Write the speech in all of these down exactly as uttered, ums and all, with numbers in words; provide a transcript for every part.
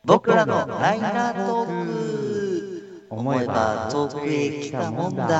僕らのライナートーク、思えば遠くへ来たもんだ。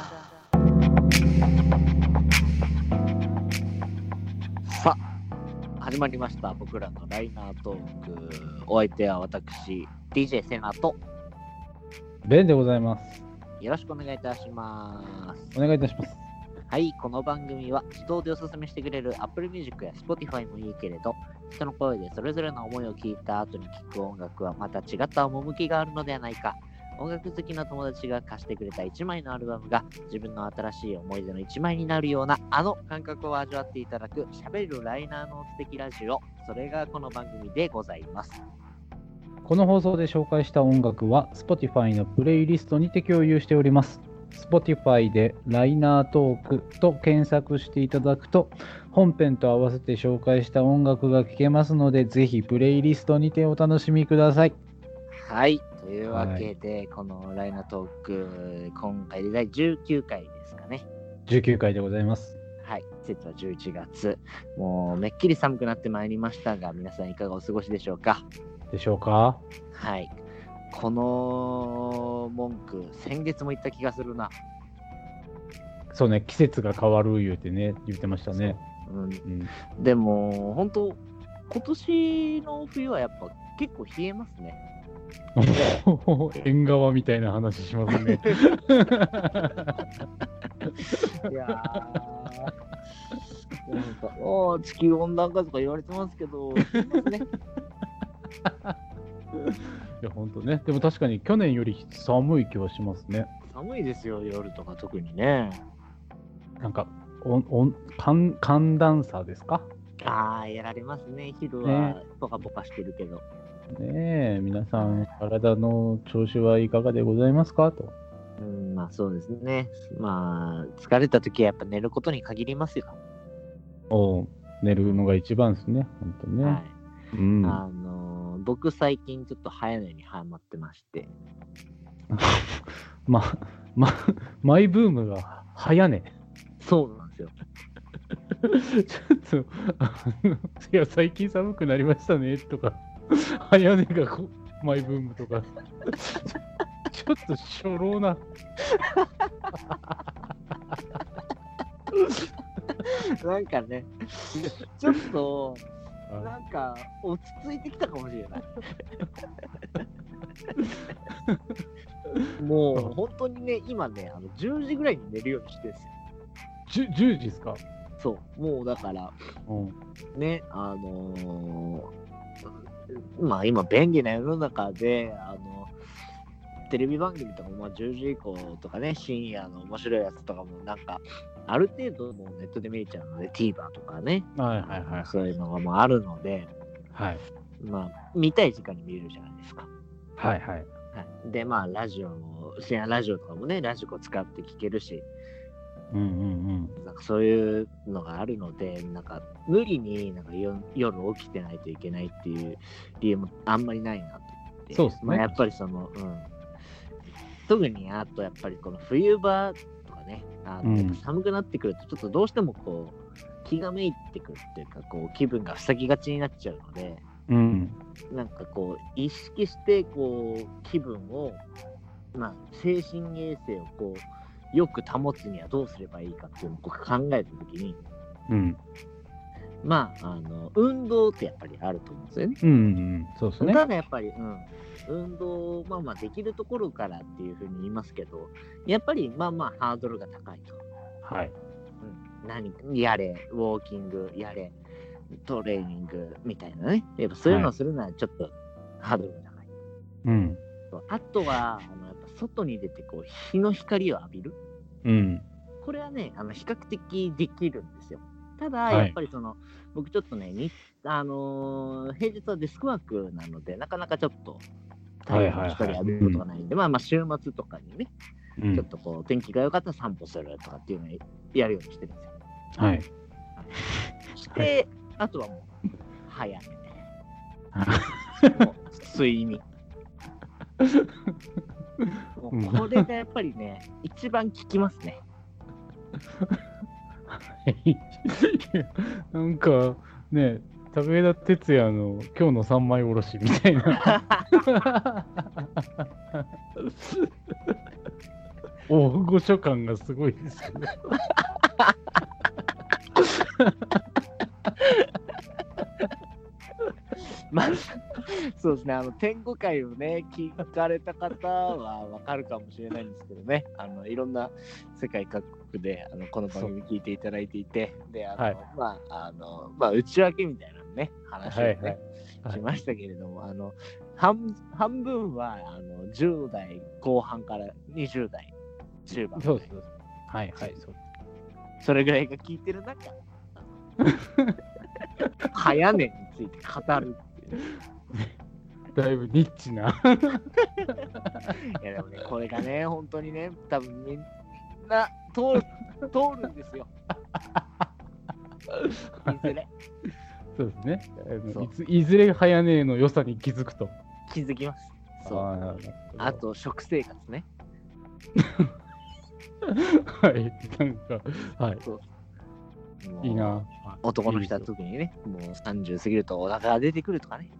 さあ始まりました、僕らのライナートーク。お相手は私 ディージェー セナとベンでございます。 よろしくお願いいたします。 お願いいたします。 はい、この番組は自動でおすすめしてくれる Apple Music や Spotify もいいけれど、人の声でそれぞれの思いを聞いた後に聴く音楽はまた違った趣があるのではないか。音楽好きな友達が貸してくれたいちまいのアルバムが自分の新しい思い出のいちまいになるようなあの感覚を味わっていただく喋るライナーノーツ的ラジオ、それがこの番組でございます。 この放送で紹介した音楽は Spotify のプレイリストにて共有しております。Spotify でライナートークと検索していただくと本編と合わせて紹介した音楽が聴けますので、ぜひプレイリストにてお楽しみください。 はい、というわけで、はい、このライナートーク今回でだいじゅうきゅうかいですかね。 じゅうきゅうかいでございます。 はい、季節はじゅういちがつ、もうめっきり寒くなってまいりましたが、皆さんいかがお過ごしでしょうか。 でしょうか。 はい、この文句先月も言った気がするな。 そうね、季節が変わる言うてね、言ってましたね。 う、うんうん、でも本当今年の冬はやっぱ結構冷えますね。 縁側みたいな話しますね。 いやー、なんかお地球温暖化とか言われてますけど、ね、 いや本当ね、でも確かに去年より寒い気はしますね。 寒いですよ、夜とか特にね。 なんかおお寒寒暖差ですか。 ああ、やられますね。昼はポカポカしてるけど。 ねえ、皆さん体の調子はいかがでございますかと。 うん、まあそうですね。まあ疲れた時はやっぱ寝ることに限りますよ。 お寝るのが一番ですね、本当にね。はい、うん、 あのー、僕最近ちょっと早寝にハマってまして。 ま、ま、マイブームが早寝。 そうなんですよ。 ちょっとあのいや最近寒くなりましたねとか早寝がこマイブームとかちょっと初老な。 なんかね、ちょっとなんか落ち着いてきたかもしれない。もう本当にね、今ね、あのじゅうじぐらいに寝るようにしてるんですよ。 じゅうじですか。 そう、もうだから、 うん、 ね、あのー、まあ今便利な世の中で、あのテレビ番組とかもまあじゅうじ以降とかね、深夜の面白いやつとかもなんかある程度もうネットで見れちゃうので、 TVer とかね、 はいはいはい、 そういうのがもうあるので、 はい、 まあ見たい時間に見れるじゃないですか。 はいはい、はい、 でまあラジオも深夜ラジオとかもね、ラジコ使って聞けるし、 うんうんうん、 なんかそういうのがあるので、なんか無理になんか夜起きてないといけないっていう理由もあんまりないなと思って。 そうですね。 まあ、やっぱりその、うん、特にあとやっぱりこの冬場とかね、あの、うん、寒くなってくるとちょっとどうしてもこう気がめいってくるっていうか、こう気分が塞ぎがちになっちゃうので、 うん、 なんかこう意識してこう気分を、まあ精神衛生をこうよく保つにはどうすればいいかっていうのを考えたときに、 うん、 まあ、あの運動ってやっぱりあると思うんですよね。 うんうん、そうですね。 ただやっぱり、うん、運動、まあまあできるところからっていうふうに言いますけど、やっぱりまあまあハードルが高いと。 はい。 うん、何やれ、ウォーキングやれ、トレーニングみたいなね。やっぱそういうのをするのはちょっとハードルが高い。 うん。 あとは、あのやっぱ外に出てこう日の光を浴びる。 うん、 これはね、あの比較的できるんですよ。ただ、やっぱりその、はい、僕ちょっとね、にあのー、平日はデスクワークなので、なかなかちょっと太陽の光浴びることがないんで、まあまあ週末とかにね、うん、ちょっとこう天気が良かったら散歩するとかっていうのをやるようにしてるんですよ。 はい。 して、はい、あとはもう早め。もう睡眠。もうこれがやっぱりね、一番効きますね。 なんかね、 武田鉄矢の今日の三枚おろしみたいな大御所感がすごいですけどまあ、そうですね、あの天狗会をね、聞かれた方はわかるかもしれないんですけどね、あのいろんな世界各国であのこの番組聞いていただいていて、で、あの、はい、まあ、あの、まあ、内訳みたいなね、話をね、はいはいはい、しましたけれども、あの半、半分はあのじゅう代後半からにじゅう代中盤。 そうです。はいはい、そう。 それぐらいが聞いてる中、早年について語る。 だいぶニッチな。 いやでもね、これがね、本当にね、多分みんな通る、通るんですよ。いずれ。 そうですね。いず, いずれ早寝の良さに気づくと。 気づきます。そう。あ, あと、食生活ね。 はい。なんか、はい。そういいな。 男の人の時にね、もうさんじゅう過ぎるとお腹が出てくるとかね。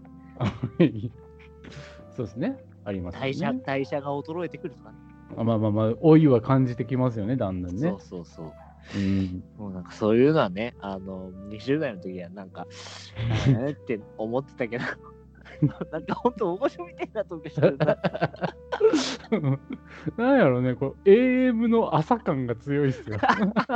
そうですね。ありますね。 代謝、代謝が衰えてくるとかね。 あまあまあまあ、老いは感じてきますよね、だんだんね。 そうそうそう。うん、もうなんかそういうのはね、あの、にじゅう代の時はなんか、えって思ってたけど、なんかほんと大御所みたいな時してるな。 なんやろね、こう エーエム の朝感が強いっすよ。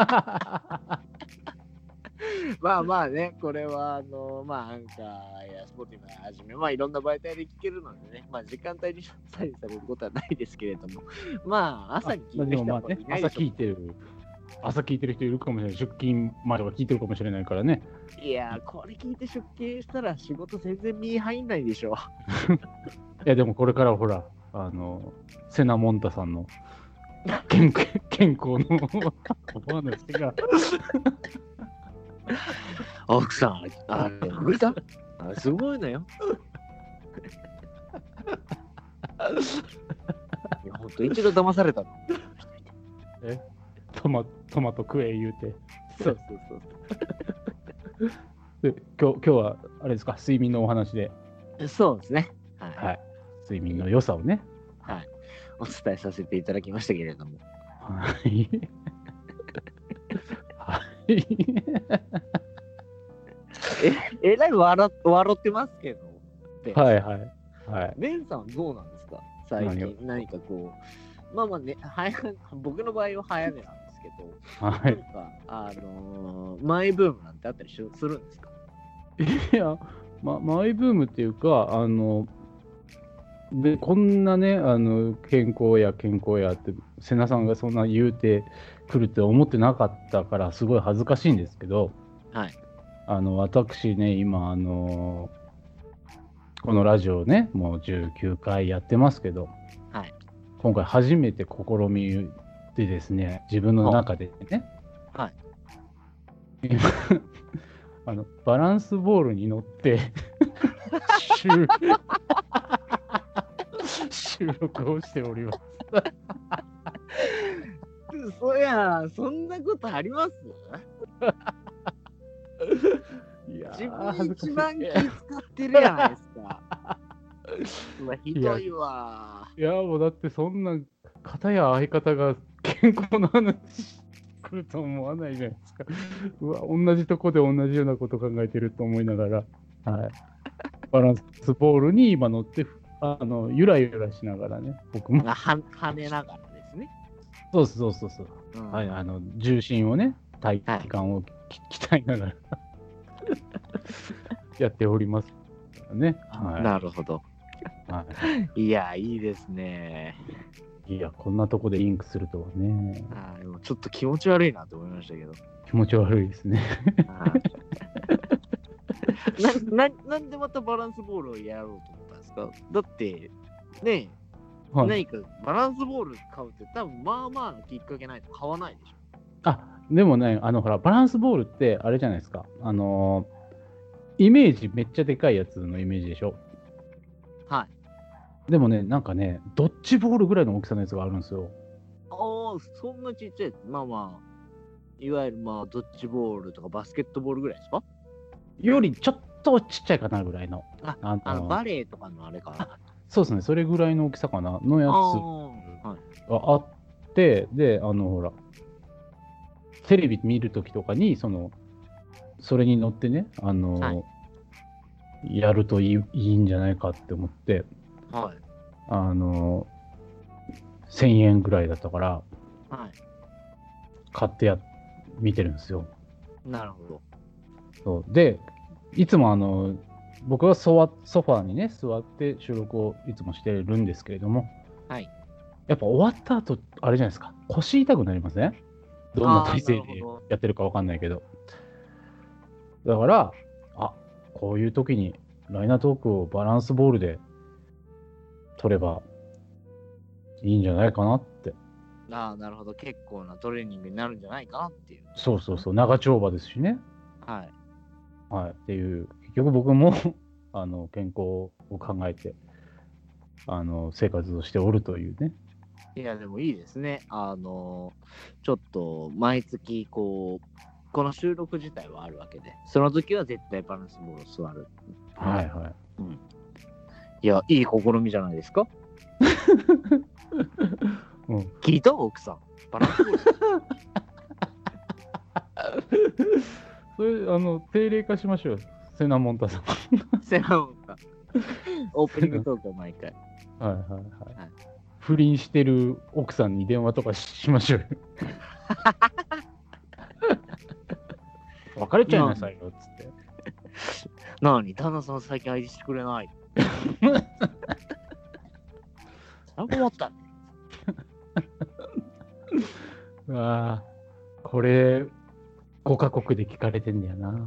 まあまあね、これはあの、まあアンカーやスポティファイはじめ、まあいろんな媒体で聞けるのでね、まあ時間帯に左右されることはないですけれども、まあ朝に聞いてる人もいないでしょう。 朝聞いてる。朝聞いてる人いるかもしれない。出勤前とか聞いてるかもしれないからね。 いやー、これ聞いて出勤したら仕事全然身入んないでしょ。 いや、でもこれからほら、あの、セナモンタさんの健, 健康のお話が。 奥さん、あれ、見た？あれすごいのよ。いや、ほんと一度騙されたの。 えトマトマト食え言うて。 そうそうそうで今日。今日はあれですか、睡眠のお話で。 そうですね。はい。 はい、睡眠の良さをね。 はい。お伝えさせていただきましたけれども。 はい。はい。 え、えらい笑、笑ってますけど。 はいはいはい。 ベンさんどうなんですか最近何かこう。まあまあね、早僕の場合は早寝なんですけど、はい、なんか、あのー、マイブームなんてあったりするんですか？ いや、ま、マイブームっていうか、あの、でこんなね、あの健康や健康やって、瀬名さんがそんな言うてくるって思ってなかったから、すごい恥ずかしいんですけど、 はい、 あの私ね、今、あのこのラジオね、もうじゅうきゅうかいやってますけど、 はい、 今回初めて試みでですね、自分の中でね、 はい、 あのバランスボールに乗って収収録をしております。 そや、そんなことあります？いや、自分一番気使ってるやないですか。うわ、ひどいわ。 いや、もうだってそんな方や相方が健康の話来ると思わないじゃないですか。うわ、同じとこで同じようなこと考えてると思いながら、はい、バランスボールに今乗ってあのゆらゆらしながらね、僕も。 は跳ねながらですね。 そうそうそうそう。うん、はい、あの重心をね、体幹を、はい、鍛えながらやっておりますね。 はい、なるほど。はい、いや、いいですね。 いや、こんなとこでインクするとはね。 あでもちょっと気持ち悪いなと思いましたけど。 気持ち悪いですね。 な, な, なんでまたバランスボールをやろうと思ったんですか？だってね、はい、何かバランスボール買うって多分まあまあのきっかけないと買わないでしょ。 あ、でもね、あのほらバランスボールってあれじゃないですか。あのー、イメージめっちゃでかいやつのイメージでしょ。 はい。 でもね、なんかね、ドッジボールぐらいの大きさのやつがあるんですよ。 ああ、そんなちっちゃい。まあまあ、いわゆるまあドッジボールとかバスケットボールぐらいですか？ よりちょっとちっちゃいかなぐらいの。 あ、 あのあのバレエとかのあれかな。 そうですね、それぐらいの大きさかなのやあつーはい。 があって、で、あの、ほら、テレビ見るときとかに、その、それに乗ってね、あの、 はいやるといい、いいんじゃないかって思って、 はい。 あの、せんえんぐらいだったから、 は買ってや、見てるんですよ。 い。なるほど。 そうで、いつもあの、僕はソワソファーにね、座って収録をいつもしてるんですけれども、 はい。 やっぱ終わった後、あれじゃないですか、腰痛くなりません？どんな体勢であーなるほどやってるかわかんないけど。だから、あ、こういう時にライナートークをバランスボールで取ればいいんじゃないかなって。 ああ、なるほど。結構なトレーニングになるんじゃないかなっていう。 そうそうそう、長丁場ですしね。 はい。 はい。っていう、結局僕もあの健康を考えて、あの生活をしておるというね。 いや、でもいいですね。あの、ちょっと毎月、こう、この収録自体はあるわけで、その時は絶対バランスボールを座る。 はいはい。 いや、いい試みじゃないですか。 うん、 聞いた奥さん。バランスボール。 それ、あの、定例化しましょう。セナモンタさん。 セナモンか。オープニングトークを毎回。 はいはいはい。 はい不倫してる奥さんに電話とかしましょうよ。別れちゃいなさいよ、つって。 なに、旦那さん最近相手してくれない。それ困ったね。 うわあ、これ、ごカ国で聞かれてんだよな。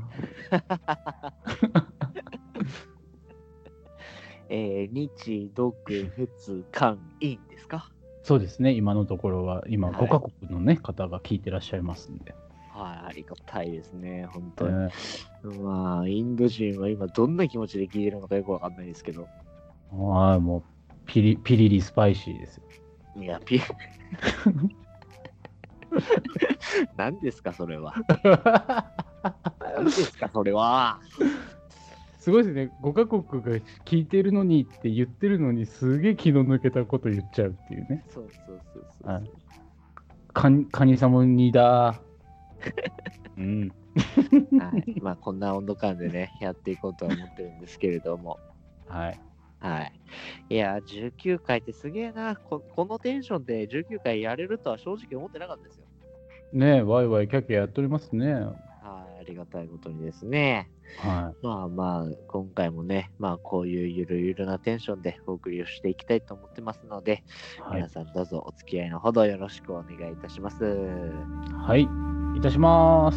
えー、日、独、仏、韓、陰ですか？ そうですね、今のところは、今、 はいごカ国の、ね、方が聞いてらっしゃいますんで。 はい、ありがたいですね、本当に。 えまあ、インド人は今どんな気持ちで聞いてるのかよくわかんないですけど。 ー、ああ、もうピリ、ピリリスパイシーですよ。 いや、ピ何ですか、それは。何ですか、それは。 すごいですね、ごカ国が聞いてるのにって言ってるのに、すげえ気の抜けたこと言っちゃうっていうね。 そうそうそうそう。 はいカニ、カニサムニだ。うん。 はい、まあ、こんな温度感でね、やっていこうとは思ってるんですけれども。 はい。 はい。いや、じゅうきゅうかいってすげえなこ。このテンションでじゅうきゅうかいやれるとは正直思ってなかったですよ。 ねえ、ワイワイキャキャやっておりますね。 はい、ありがたいことにですね。 はまあまあ、今回もね、まあこういうゆるゆるなテンションでお送りをしていきたいと思ってますので、 い。はい皆。さんどうぞお付き合いのほどよろしくお願いいたします。 はい。いたします。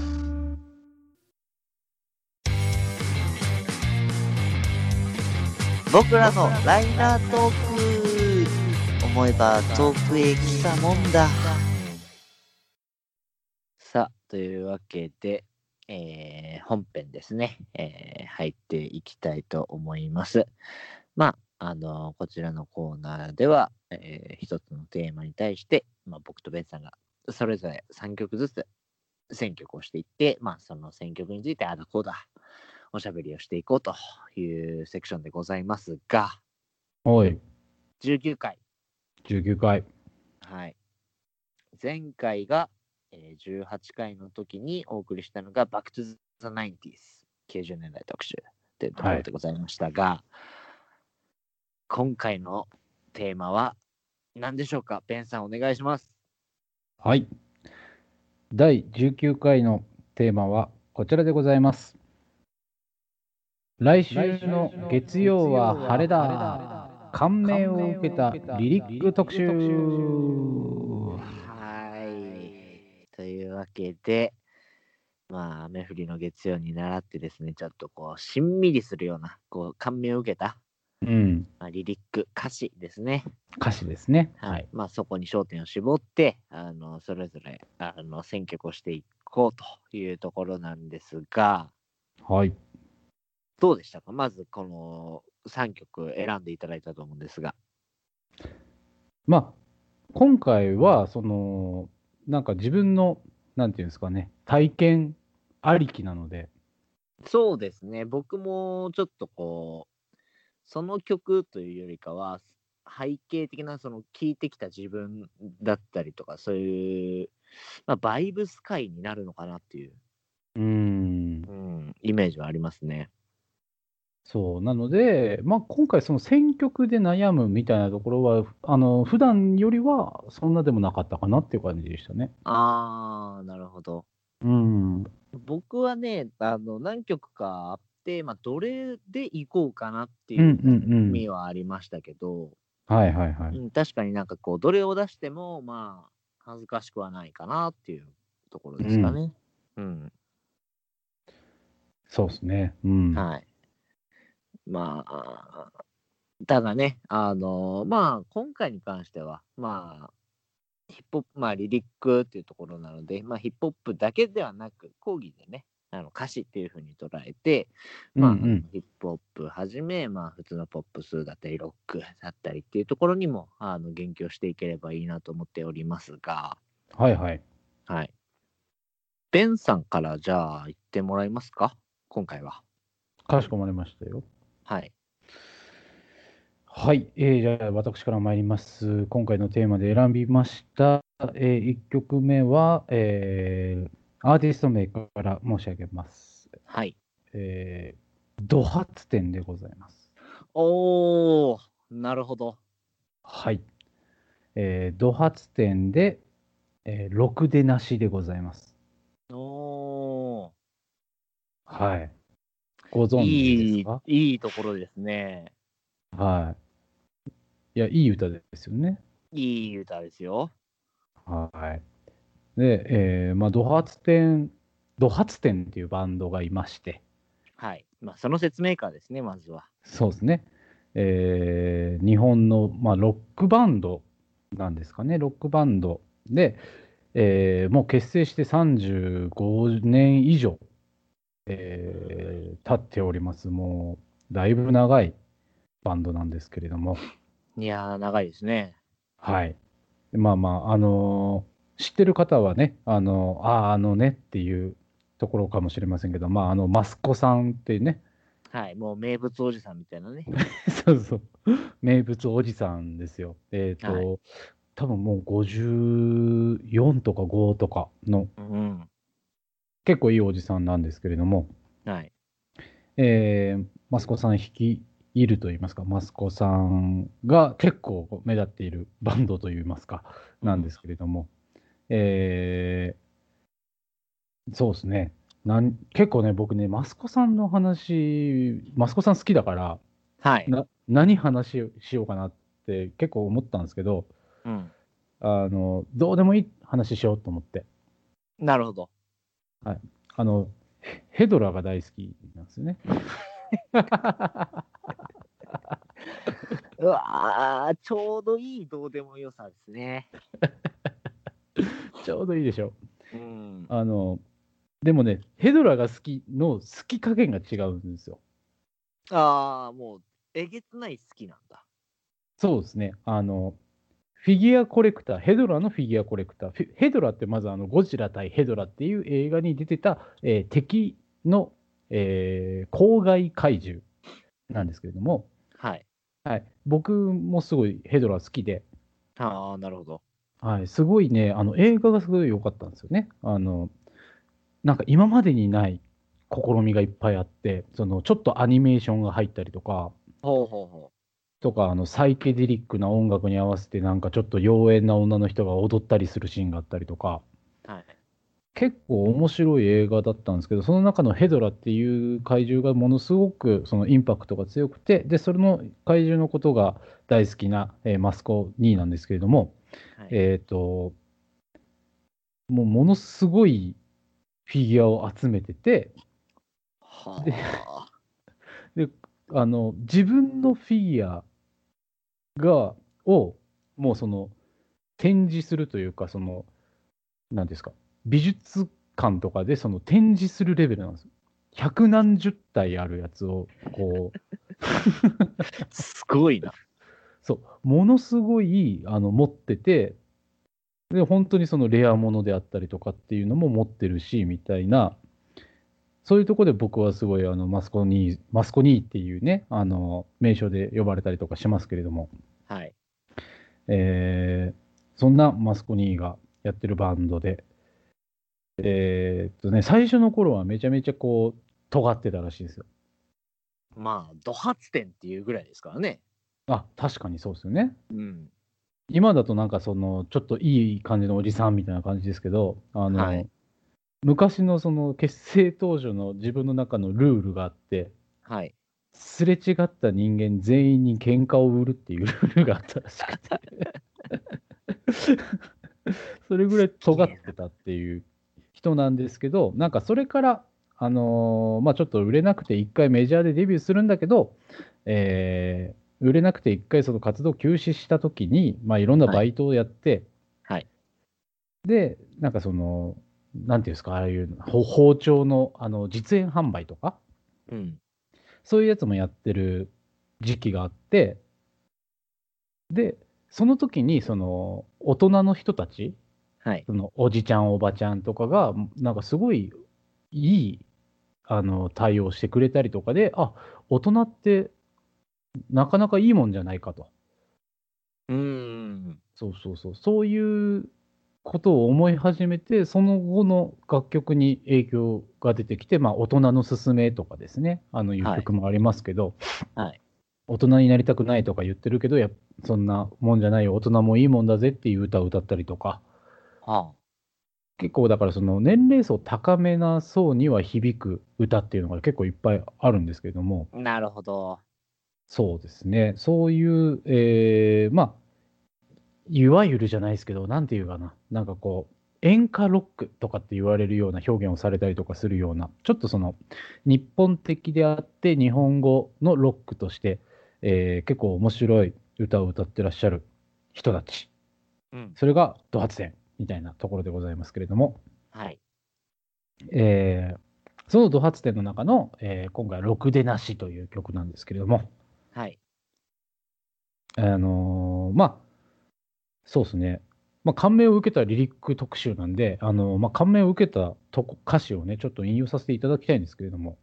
僕らのライナートーク、思えば遠くへ来たもんだ。 さあ、というわけで、えー本編ですね、えー入っていきたいと思います。まあ、あのこちらのコーナーでは、えー一つのテーマに対して、まあ、僕とベンさんがそれぞれさんきょくずつ選曲をしていって、まあ、その選曲についてあだこうだおしゃべりをしていこうというセクションでございますが、 おい、 じゅうきゅうかい、 じゅうきゅうかい。 はい、前回が、えーじゅうはちかいの時にお送りしたのが Back to the ナインティーズ、きゅうじゅうねんだい特集というところでございましたが、はい、今回のテーマは何でしょうか。ベンさんお願いします。 はい。だいじゅうきゅうかいのテーマはこちらでございます。来週の月曜は晴れだ。感銘を受けたリリック特集。 はい。というわけで、まあ、雨降りの月曜に倣ってですね、ちょっとこう、しんみりするような、こう、感銘を受けた、 うん。 まあ、リリック、歌詞ですね。 歌詞ですね。 はい。 はい。 まあ、そこに焦点を絞って、あの、それぞれ、あの、選曲をしていこうというところなんですが、 はい。 どうでしたか？まず、このさんきょく選んでいただいたと思うんですが。 まあ、今回は、その、なんか自分の、なんていうんですかね、体験ありきなので、 そうですね。僕もちょっとこう、その曲というよりかは、背景的なその聴いてきた自分だったりとか、そういう、まあ、バイブス界になるのかなっていう、 うーん。 うん、イメージはありますね。 そう。なので、まあ、今回その選曲で悩むみたいなところは、あの、普段よりはそんなでもなかったかなっていう感じでしたね。 あー、なるほど。 うん。 僕はね、あの、何曲かあって、まあ、どれで行こうかなってうんいううんうん。 悩みはありましたけど、 はいはいはい。 うん、確かになんかこう、どれを出しても、まあ、恥ずかしくはないかなっていうところうん。 ですかね。うん。 そうですね。うん。 はい。まあ、ただね、あのまあ、今回に関しては、まあ、ヒップホップ、まあ、リリックっていうところなので、まあ、ヒップホップだけではなく、講義でね、あの歌詞っていう風に捉えて、まあ、あのうんうん。 ヒップホップはじめ、まあ、普通のポップスだったり、ロックだったりっていうところにも、あの、言及していければいいなと思っておりますが、 はいはい。 はい。ベンさんからじゃあ言ってもらえますか今回は。 かしこまりましたよ。 はい。 はい、えー、じゃあ私から参ります。今回のテーマで選びました、えー、いっきょくめは、えー、アーティスト名から申し上げます。 はい。 えー、ド発展でございます。 おー、なるほど。 はい。えー、ド発展で、えー、ろくでなしでございます。 おー、 はい。ご存知ですいい、 か？ いいところですね。 はい。いや、いい歌ですよね。 いい歌ですよ。 はい。で、えー、まあ、ド発展、ド発展っていうバンドがいまして、 はい。まあ、その説明からですね、まずは。 そうですね。えー日本の、まあ、ロックバンドなんですかね、ロックバンドで、えーもう結成してさんじゅうごねん以上、えー経っております。もう、だいぶ長いバンドなんですけれども、 いやー、長いですね。 はい。まあまあ、あのー知ってる方はね、あのーああ、あのねっていうところかもしれませんけど、まあ、あの、マスコさんってね、 はい。もう名物おじさんみたいなね。 そうそう、名物おじさんですよ。えっはい。 と、多分もうごじゅうよんとかごとかのうん。 結構いいおじさんなんですけれども、 はい。 えー、マスコさん率いるといいますか、マスコさんが結構目立っているバンドといいますか、 うん。 なんですけれども、えー、そうですね。なん結構ね、僕ね、マスコさんの話、マスコさん好きだから、 はい。 な何話しようかなって結構思ったんですけど、 うん。 あの、どうでもいい話しようと思って。 なるほど。 はい。あの、ヘヘドラが大好きなんですよね。 うわー、ちょうどいいどうでもよさですね。 ちょうどいいでしょ。 うん。 あの、でもね、ヘドラが好きの好き加減が違うんですよ。 あー、もう、えげつない好きなんだ。 そうですね。あの、フィギュアコレクター、ヘドラのフィギュアコレクター。フィヘドラってまずあのゴジラ対ヘドラっていう映画に出てた、えー敵の、えー公害怪獣なんですけれども、 はい。 はい、僕もすごいヘドラ好きで、 あー、なるほど。 はい、すごいね、あの映画がすごい良かったんですよね。あのなんか今までにない試みがいっぱいあって、そのちょっとアニメーションが入ったりとか、 ほうほうほとかあのサイケデリックな音楽に合わせてなんかちょっと妖艶な女の人が踊ったりするシーンがあったりとか、 う。はい。 結構面白い映画だったんですけど、その中のヘドラっていう怪獣がものすごくそのインパクトが強くて、で、それの怪獣のことが大好きな、えーマスコになんですけれども、 はい。 えっと、もうものすごいフィギュアを集めてて、で、 はで、あの、自分のフィギュアが、を、もうその、展示するというか、その、なんですか、美術館とかでその展示するレベルなんですよ。百何十体あるやつを、こう、 ー、すごいな。 そう、ものすごいあの持ってて、で、本当にそのレアものであったりとかっていうのも持ってるし、みたいな、 そういうところで僕はすごいあのマスコニー、マスコニーっていうね、あの名称で呼ばれたりとかしますけれども、 はい。 えーそんなマスコニーがやってるバンドで、えーっとね、最初の頃はめちゃめちゃこう、尖ってたらしいですよ。 まあ、ド発展っていうぐらいですからね。 あ、確かにそうですよね。 うん。 今だとなんかその、ちょっといい感じのおじさんみたいな感じですけど、あの、 はい。 昔のその結成当初の自分の中のルールがあって、 はい。 すれ違った人間全員に喧嘩を売るっていうルールがあったらしくて、それぐらい尖ってたっていう人なんですけど、なんかそれから、あのーまあ、ちょっと売れなくて一回メジャーでデビューするんだけど、えー売れなくて一回その活動休止した時に、まあ、いろんなバイトをやって、 はい。 で、なんかその、なんていうんですか、ああいうほ包丁のあの実演販売とか、 うん。 そういうやつもやってる時期があって、で、その時にその大人の人たち、 はい。 そのおじちゃん、おばちゃんとかが、なんかすごいいいあの対応してくれたりとかで、あ、大人ってなかなかいいもんじゃないかと。 うーん。 そうそうそう、そういうことを思い始めて、その後の楽曲に影響が出てきて、まあ、大人のすすめとかですね、あのいうはい。 曲もありますけど、 はい。 大人になりたくないとか言ってるけど、やっそんなもんじゃないよ、大人もいいもんだぜっていう歌を歌ったりとか、 は結構だからその年齢層高めな層には響く歌っていうのが結構いっぱいあるんですけれども、 あ。なるほど。 そうですね、そういう、えーまあ、いわゆるじゃないですけど、なんていうかな、なんかこう、演歌ロックとかって言われるような表現をされたりとかするような、ちょっとその日本的であって日本語のロックとして、えー結構面白い歌を歌ってらっしゃる人たち、 うん。 それがド発展みたいなところでございますけれども、 はい。 えーそのド発展の中の、えー今回、ろくでなしという曲なんですけれども、 はい。 あのーまあ、そうですね。まあ、感銘を受けたリリック特集なんで、あのまあ、感銘を受けたとこ歌詞をね、ちょっと引用させていただきたいんですけれども、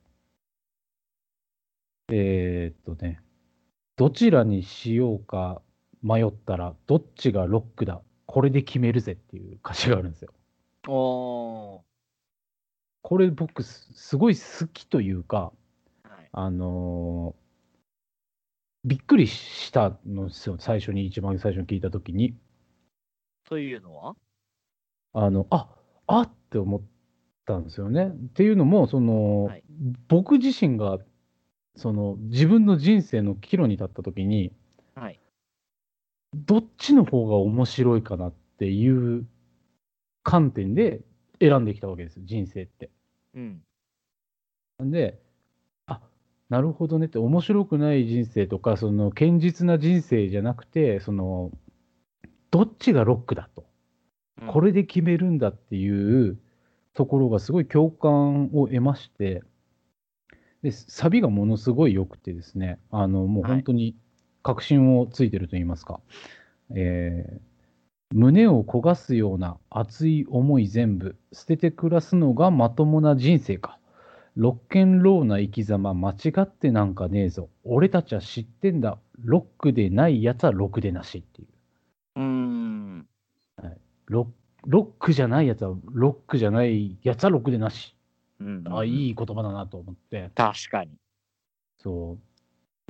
えーっとね、どちらにしようか迷ったら、どっちがロックだ、これで決めるぜっていう歌詞があるんですよ。 おー。 これ僕す、すごい好きというか、 はい。 あのーびっくりしたのですよ、最初に、一番最初に聞いたときに。 というのはあの、ああって思ったんですよね。っていうのも、その、 はい。 僕自身が、その、自分の人生の岐路に立った時に、 はい。 どっちの方が面白いかなっていう観点で選んできたわけです、人生って。 うん。 なんで、あ、なるほどねって、面白くない人生とか、その、堅実な人生じゃなくて、その、どっちがロックだと。 うん。 これで決めるんだっていうところがすごい共感を得まして、で、サビがものすごい良くてですね、あの、もうはい。 本当に確信をついてると言いますか、えー胸を焦がすような熱い思い全部捨てて暮らすのがまともな人生か。ロッケンローな生き様間違ってなんかねえぞ。俺たちは知ってんだ。ロックでないやつはロックでなしっていう。 うーん。 はい、ロロックじゃないやつはロックじゃないやつはロックでなし。 うんうんうん。 あ、いい言葉だなと思って。 確かに。 そう。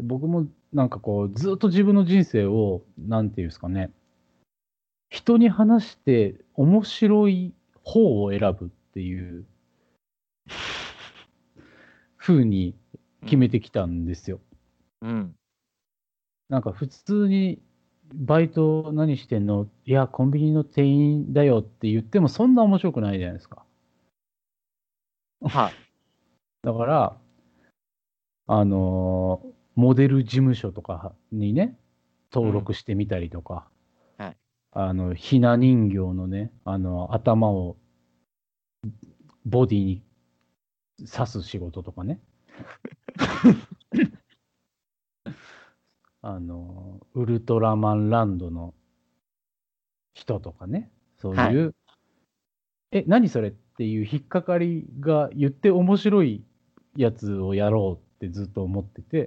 僕もなんかこう、ずっと自分の人生を、なんていうんですかね、人に話して面白い方を選ぶっていう風に決めてきたんですよ。 うん。 なんか普通にバイト何してんの、いや、コンビニの店員だよって言ってもそんな面白くないじゃないですか。 はい。 だから、あのーモデル事務所とかにね、登録してみたりとか、 はい。 あの、ひな人形のね、あの、頭をボディに刺す仕事とかね、あの、ウルトラマンランドの人とかね、そうはい。 いう、え、何それってっていう引っかかりが言って面白いやつをやろうってずっと思ってて、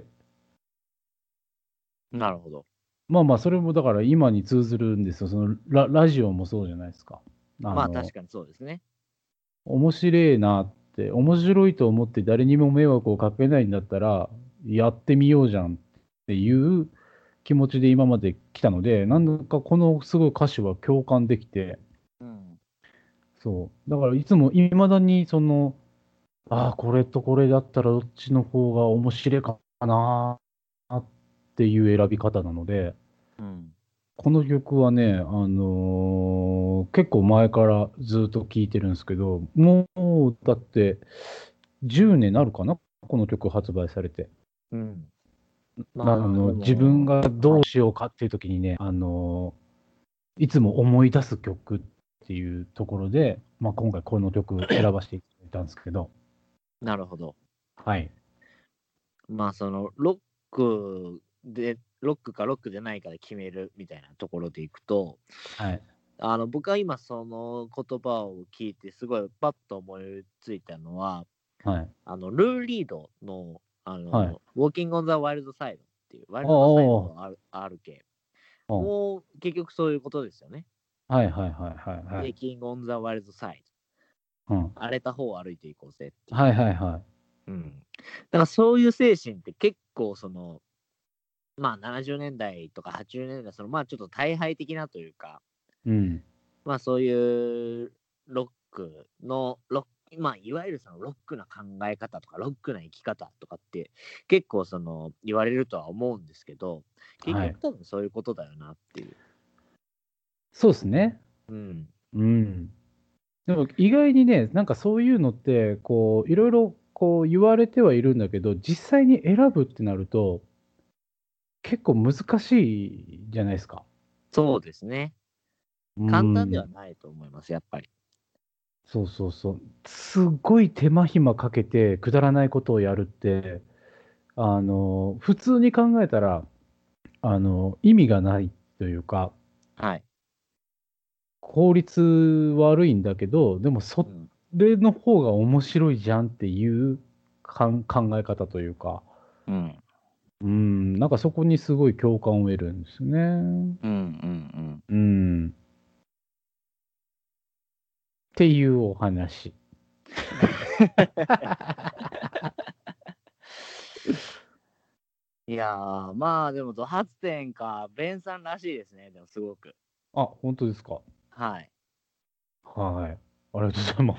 なるほど。 まあまあ、それもだから今に通ずるんですよ。そのララジオもそうじゃないですか。あのまあ確かにそうですね。 面白いなって、面白いと思って誰にも迷惑をかけないんだったら、やってみようじゃんっていう気持ちで今まで来たので、なんかこのすごい歌詞は共感できて、 うん。 そう。だからいつもいまだにその、ああ、これとこれだったらどっちの方が面白いかなっていう選び方なので、 うん。 この曲はね、あのー結構前からずっと聴いてるんですけど、もうだってじゅうねんなるかな、この曲発売されて。 うん。 まあ、あのでも自分がどうしようかっていう時にね、あのーいつも思い出す曲っていうところで、まあ、今回この曲選ばせていただいたんですけど、 なるほど。 はい。 まあそのロックで、ロックかロックじゃないかで決めるみたいなところでいくと、 はい。 あの僕は今その言葉を聞いてすごいパッと思いついたのは、 はい。 あのルー・リードのあの、 はい。 ウォーキング・オン・ザ・ワイルド・サイドっていう、ワイルおドサイドおの R- アールケー。 おもう結局そういうことですよね。 はいはいはいはいウはい。 ォーキング・オン・ザ・ワイルド・サイうん。 ド。荒れた方を歩いていこうぜっていう。 はいはいはい。 うん。だからそういう精神って結構その、まあななじゅうねんだいとかはちじゅうねんだい、そのまあちょっと大敗的なというか、 うん。 まあそういうロックの、ロックまあいわゆるそのロックな考え方とか、ロックな生き方とかって結構その言われるとは思うんですけど、結はい局多分そういうことだよなっていう。 そうですね。 うん。 うん。でも意外にね、なんかそういうのって、こう、いろいろこう言われてはいるんだけど、実際に選ぶってなると、結構難しいじゃないですか。 そうですね。 う簡単ではん。 ないと思います、やっぱり。 そうそうそう。すっごい手間暇かけて、くだらないことをやるって、あの、普通に考えたら、あの、意味がないというか、 はい。 効率悪いんだけど、でもそうん。 れの方が面白いじゃんっていうかん考え方というか、 うん。 うん、なんかそこにすごい共感を得るんですね。 うんうんうん。っていうお話。 うん。いやー、まあでも、ド発展か、ベンさんらしいですね、でもすごく。 あ、本当ですか。 はい。 はい。ありがとうございます。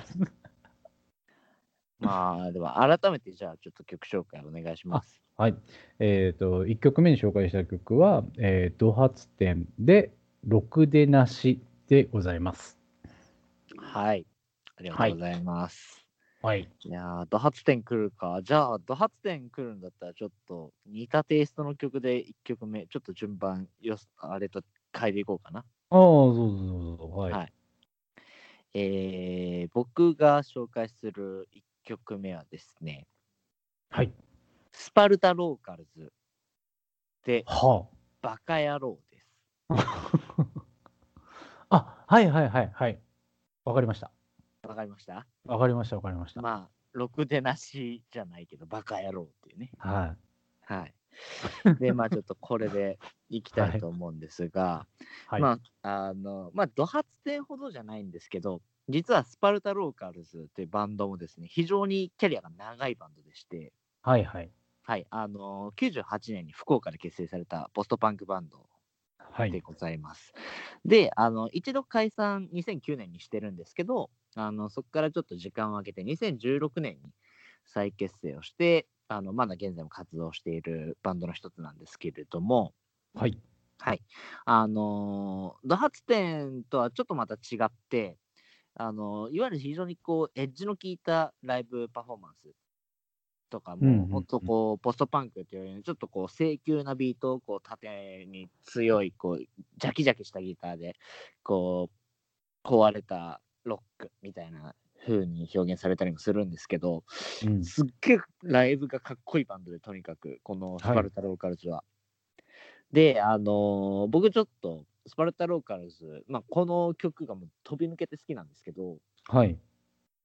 まあ、では改めてじゃあちょっと曲紹介お願いしまあ、 す。 はい。えっと、いっきょくめに紹介した曲は、えー、ド発展で、ろくでなしでございます。 はい。ありがとうございます。 はい。 いやー、ド発展来るか。じゃあ、ド発展来るんだったら、ちょっと似たテイストの曲でいっきょくめ、ちょっと順番よす、あれと変えていこうかな。 ああ、そうそうそうそう。はい。 はい。えー、僕が紹介するいっきょくめはですね、 はい。 スパルタローカルズで、 はバカ野郎です。 あ。あ、はいはいはいはい。わかりました。 わかりました？ わかりました、わかりました。 まあ、ろくでなしじゃないけど、バカ野郎っていうね。 ははい。で、まあちょっとこれでいきたいと思うんですが、 はい。 まあ、あの、まあ、ド発展ほどじゃないんですけど、実はスパルタローカルズというバンドもですね、非常にキャリアが長いバンドでして、 はいはい。 はい、あの、きゅうじゅうはちねんに福岡で結成されたポストパンクバンドはい。 でございます。で、あの、一度解散にせんきゅうねんにしてるんですけど、あの、そこからちょっと時間を空けてにせんじゅうろくねんに再結成をして、あの、まだ現在も活動しているバンドの一つなんですけれども、 はい。 はい。あのー、ド発展とはちょっとまた違って、あのー、いわゆる非常にこう、エッジの効いたライブパフォーマンスとかも、 うんうんうんほんとこう、ポストパンクっていうよりちょっとこう、請求なビートをこう、縦に強い、こう、ジャキジャキしたギターで、こう、壊れたロックみたいな風に表現されたりもするんですけど、 うん。 すっげえライブがかっこいいバンドで、とにかく、このスパルタローカルズは。で、あのー僕ちょっと、スパルタローカルズ、まあ、この曲がもう飛び抜けて好きなんですけど、 はい。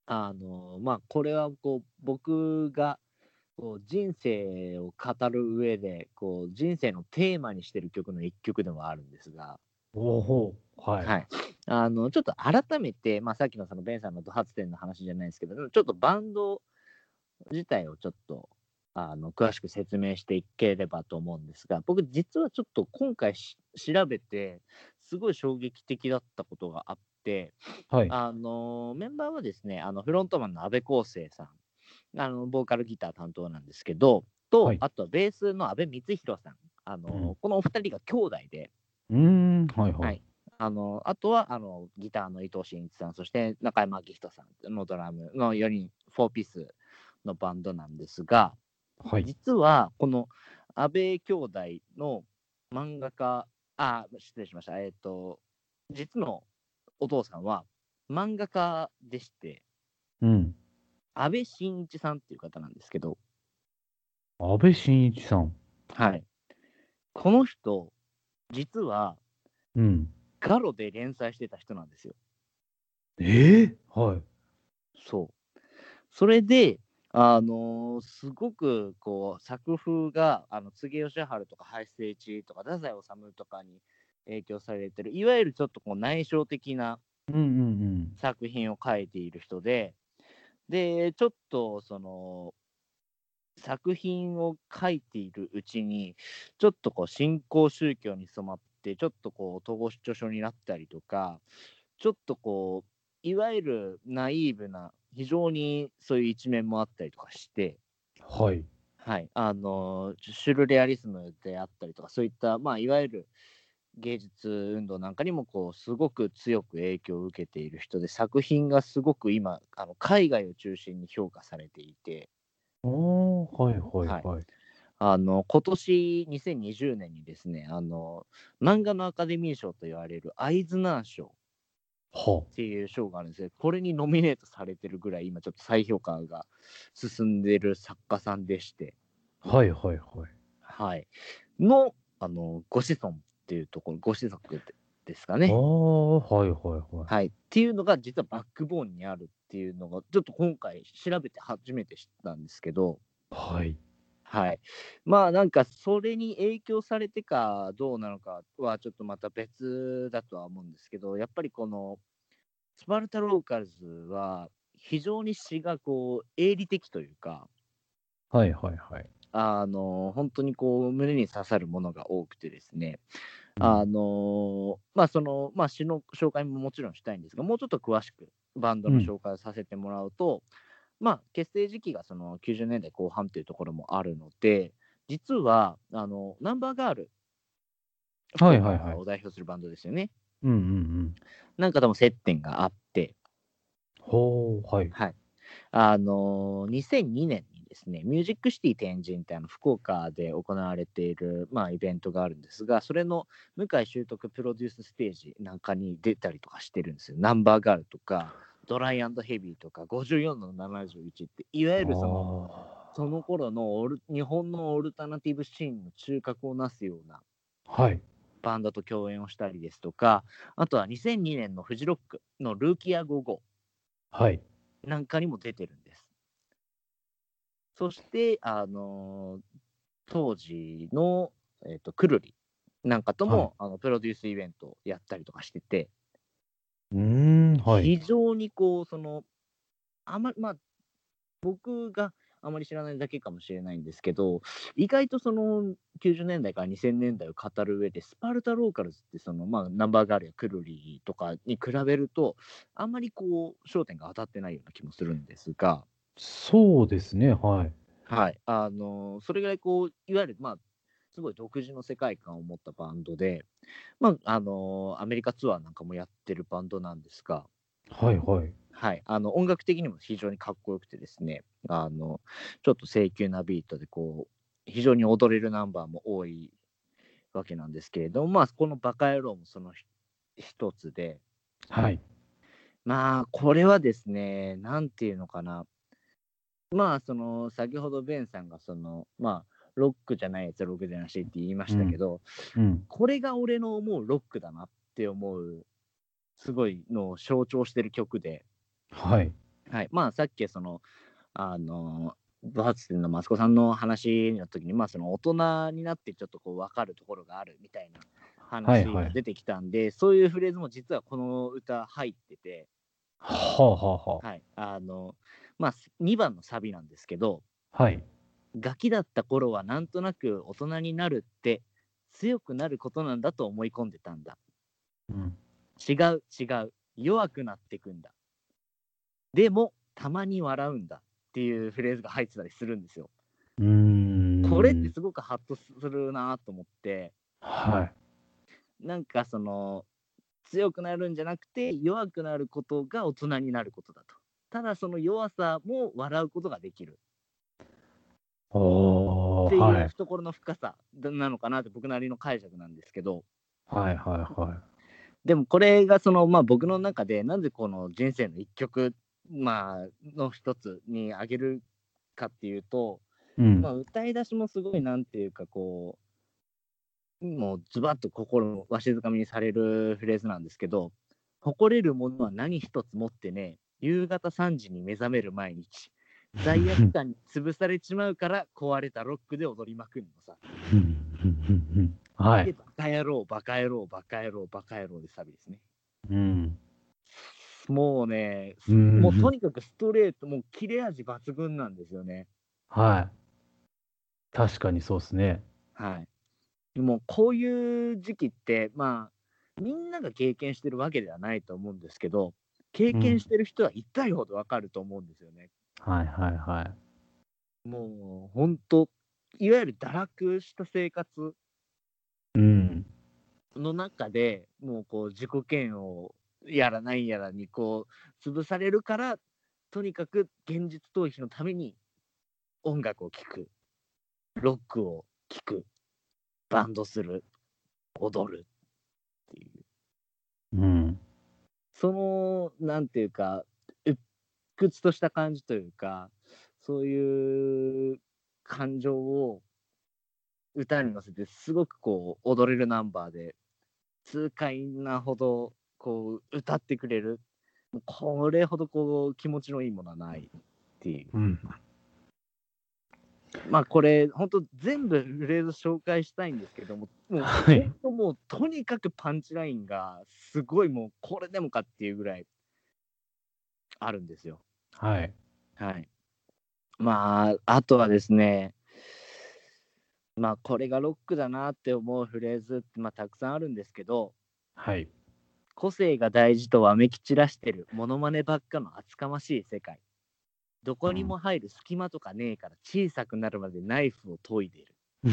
あのまあこれはこう僕がこう人生を語る上でこう人生のテーマにしてる曲の一曲でもあるんですが、 おお、はい。 はい、あのちょっと改めて、まあ、さっきのそのベンさんのド発展の話じゃないですけど、ちょっとバンド自体をちょっとあの詳しく説明していければと思うんですが、僕実はちょっと今回し調べてすごい衝撃的だったことがあって、 はい。 あのメンバーはですね、あのフロントマンの阿部康生さん、あのボーカルギター担当なんですけど、と、 はい。 あとベースの阿部光弘さん、あのうんこのお二人が兄弟で、 うーん、はいははいい。あのあとはあのギターの伊藤真一さん、そして中山明人さんのドラムのよにん、フォーピースのバンドなんですが、 はい。 実はこの阿部兄弟の漫画家、あ、失礼しました、えっ、と、実のお父さんは漫画家でして、 うん。 阿部真一さんっていう方なんですけど、 安倍晋一さん。 はい。この人、実はうん。 ガロで連載してた人なんですよ。 ええはい。 そう。それで、あのーすごくこう作風があの柘植義治とか林誠一とか太宰治とかに影響されてる、いわゆるちょっとこう内省的なうんうん作品を書いている人で、で、ちょっとその作品を書いているうちに、ちょっとこう新興宗教に染まって、ちょっとこう統合失調症になったりとか、ちょっとこう、いわゆるナイーブな、非常にそういう一面もあったりとかして、 うん。はい。 はい、あのシュルレアリスムであったりとか、そういった、まあ、いわゆる芸術運動なんかにもこうすごく強く影響を受けている人で、作品がすごく今あの海外を中心に評価されていて、 おー、はいはいはい、 はい。 あの今年にせんにじゅうねんにですね、あの漫画のアカデミー賞と言われるアイズナー賞はっていう賞があるんですけど、これにノミネートされてるぐらい今ちょっと再評価が進んでる作家さんでして、 はいはいはい。 はい、のあのご子孫っていうところ、ご子息ですかあね。 あ、はいはいはい。 はい、っていうのが実はバックボーンにあるっていうのがちょっと今回調べて初めて知ったんですけど、 はい。 はい、まあなんかそれに影響されてかどうなのかはちょっとまた別だとは思うんですけど、やっぱりこのスパルタローカルズは非常に詩がこう営利的というか、 はいはいはい。 あの本当にこう胸に刺さるものが多くてですね、 うんあのまあそのまあ詩の紹介ももちろんしたいんですが、もうちょっと詳しくバンドの紹介をさせてもらうと、まあ結成時期がそのきゅうじゅうねんだいこう半というところもあるので、実はあのナンバーガール、福はいはいはい。 岡を代表するバンドですよね。 うんうんうん。 なんかとも接点があって、 ほう、はい。 はい。あのにせんにねんにですね、ミュージックシティ天神ってあの福岡で行われている、まあ、イベントがあるんですが、それの向井秀徳プロデュースステージなんかに出たりとかしてるんですよ。ナンバーガールとか、ドライ&ヘビーとか、ごじゅうよんのななじゅういちって、いわゆるその、 あその頃のオル日本のオルタナティブシーンの中核をなすようなあ、はい。 バンドと共演をしたりですとか、あとはにせんにねんのフジロックのルーキアゴゴはい。 なんかにも出てるんです。そして、あのー当時の、えーと、くるりなんかとも、 はい。 あのプロデュースイベントをやったりとかしてて、 うーん、はい。 非常にこう、その、あままあ、僕があまり知らないだけかもしれないんですけど、意外とそのきゅうじゅうねんだいからにせんねんだいを語る上で、スパルタローカルズってその、まあ、ナンバーガールやくるりとかに比べると、あんまりこう、焦点が当たってないような気もするんですが、 そうですね、はい。 はい、あのそれぐらいこう、いわゆる、まあ、すごい独自の世界観を持ったバンドで、まあ、あのアメリカツアーなんかもやってるバンドなんですが、 はいはい。 はい、あの音楽的にも非常にかっこよくてですね、あのちょっと清急なビートでこう、非常に踊れるナンバーも多いわけなんですけれども、まあ、このバカ野郎もその一つで、 はい。 まあ、これはですね、なんていうのかな、まあ、その、先ほどベンさんが、その、まあ、ロックじゃないやつはロックじゃなしって言いましたけど、 うん。 これが俺の思うロックだなって思う、すごいのを象徴してる曲で、 はい。 はい、まあさっきそのあのバーツテンのマスコさんの話の時に、まあその大人になってちょっとこう分かるところがあるみたいなはいはい。 話が出てきたんで、そういうフレーズも実はこの歌入ってて、 はあはあははい、あのまあにばんのサビなんですけど、 あ。はい。 ガキだった頃はなんとなく大人になるって強くなることなんだと思い込んでたんだ。 うん。 違う違う、弱くなってくんだ。でもたまに笑うんだっていうフレーズが入ってたりするんですよ。 うーん。 これってすごくハッとするなと思って、 はい。 なんかその強くなるんじゃなくて弱くなることが大人になることだと。ただその弱さも笑うことができるおー、 っていうはい。 懐の深さなのかなって僕なりの解釈なんですけど、 はいはいはい。 でもこれがそのまあ僕の中でなんでこの人生の一曲まあの一つに挙げるかっていうと、 うん。 まあ歌い出しもすごいなんていうかこうもうズバッと心をわしづかみにされるフレーズなんですけど、誇れるものは何一つ持ってね、夕方さんじに目覚める毎日、罪悪感に潰されちまうから壊れたロックで踊りまくるのさ。で、 はい。 バカ野郎、バカ野郎、バカ野郎、バカ野郎でサビですね。 うん。 もうね、 うんもうとにかくストレート、もう切れ味抜群なんですよね。 はい。確かにそうですね。 はい。もうこういう時期って、まあ、みんなが経験してるわけではないと思うんですけど、経験してる人は痛いほどわかると思うんですよね。 はいはいはい。 もう本当、いわゆる堕落した生活うん。 の中で、もうこう自己嫌悪やらないやらにこう潰されるから、とにかく現実逃避のために音楽を聴く、ロックを聴く、バンドする、踊るっていう。 うん。 その、なんていうか、鬱屈とした感じというか、そういう感情を歌に乗せて、すごくこう、踊れるナンバーで、痛快なほど、こう、歌ってくれる。これほどこう、気持ちのいいものはないっていう。 うん。 まあこれ、本当全部フレーズ紹介したいんですけども、もう、 はい。 本当もう、とにかくパンチラインが、すごいもう、これでもかっていうぐらいあるんですよ。 はい。 はい。まあ、あとはですね、まあ、これがロックだなって思うフレーズって、まあ、たくさんあるんですけど、 はい。 個性が大事とわめき散らしてるモノマネばっかの厚かましい世界。どこにも入る隙間とかねえから小さくなるまでナイフを研いでる。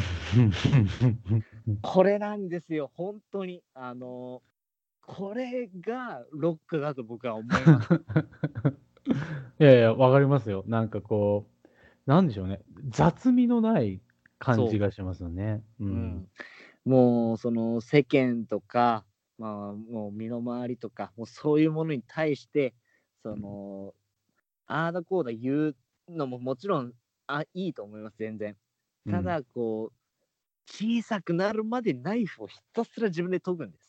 これなんですよ、本当に。あのー、これがロックだと僕は思います。 いやいや、わかりますよ。なんかこう、なんでしょうね。雑味のない感じがしますよね。ううん。もう、その世間とか、まあ、もう身の回りとか、もうそういうものに対して、その、ああだこうだ言うのももちろんあいいと思います、全然。ただ、こう、小さくなるまでナイフをひたすら自分で研ぐんです。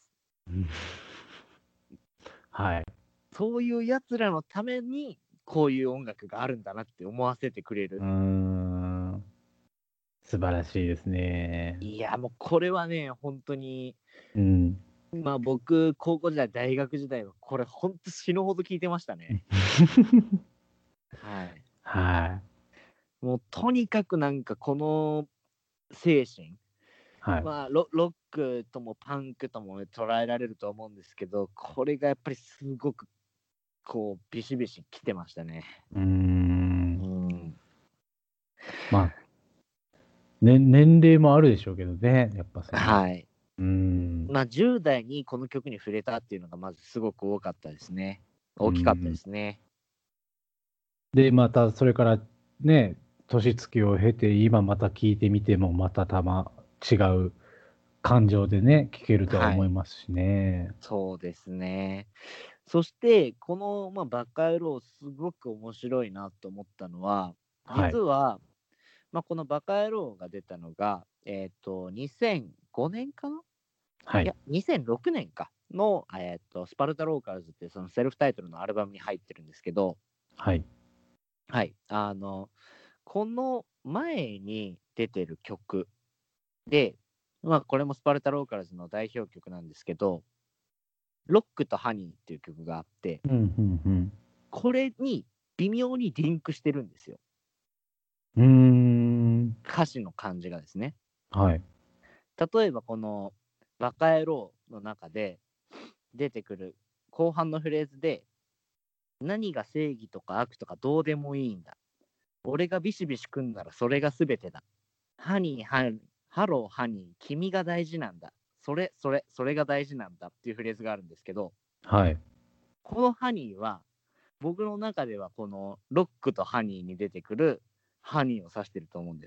はい。 そういうやつらのために、こういう音楽があるんだなって思わせてくれる。 うーん。素晴らしいですね。 いや、もうこれはね、本当に、 うん。 まあ僕、高校時代、大学時代は、これ本当死ぬほど聞いてましたね。はい。 はい。 もうとにかくなんかこの精神、 はい。 まあロ、ロックともパンクとも捉えられると思うんですけど、これがやっぱりすごくこうビシビシ来てましたね。 うーん。 うん。 まあ、ね、年齢もあるでしょうけどね、やっぱその。 はい。 うーん。 まあじゅう代にこの曲に触れたっていうのがまずすごく多かったですね。大きかったですね。 で、またそれからね、年月を経て、今また聞いてみても、またたま違う感情でね、聞けるとは思いますしね。 そうですね。そして、この、まあ、バカ野郎、すごく面白いなと思ったのは、 はい実。は、まあ、このバカ野郎が出たのが、えっ、と、にせんごねんかな、 はいい。 や、にせんろくねんかの、えっ、と、スパルタローカルズっていうそのセルフタイトルのアルバムに入ってるんですけど、 はい。 はい。あの、この前に出てる曲で、まあこれもスパルタローカルズの代表曲なんですけど、ロックとハニーっていう曲があって、 うんうんうんこれに微妙にリンクしてるんですよ。 うーん。 歌詞の感じがですね。 はい。 例えばこのバカ野郎の中で出てくる後半のフレーズで、何が正義とか悪とかどうでもいいんだ。俺がビシビシくんならそれが全てだ。ハニー、ハニー、ハロー、ハニー、君が大事なんだ。それ、それ、それが大事なんだっていうフレーズがあるんですけど、 はい。 このハニーは、僕の中ではこのロックとハニーに出てくるハニーを指してると思うんです。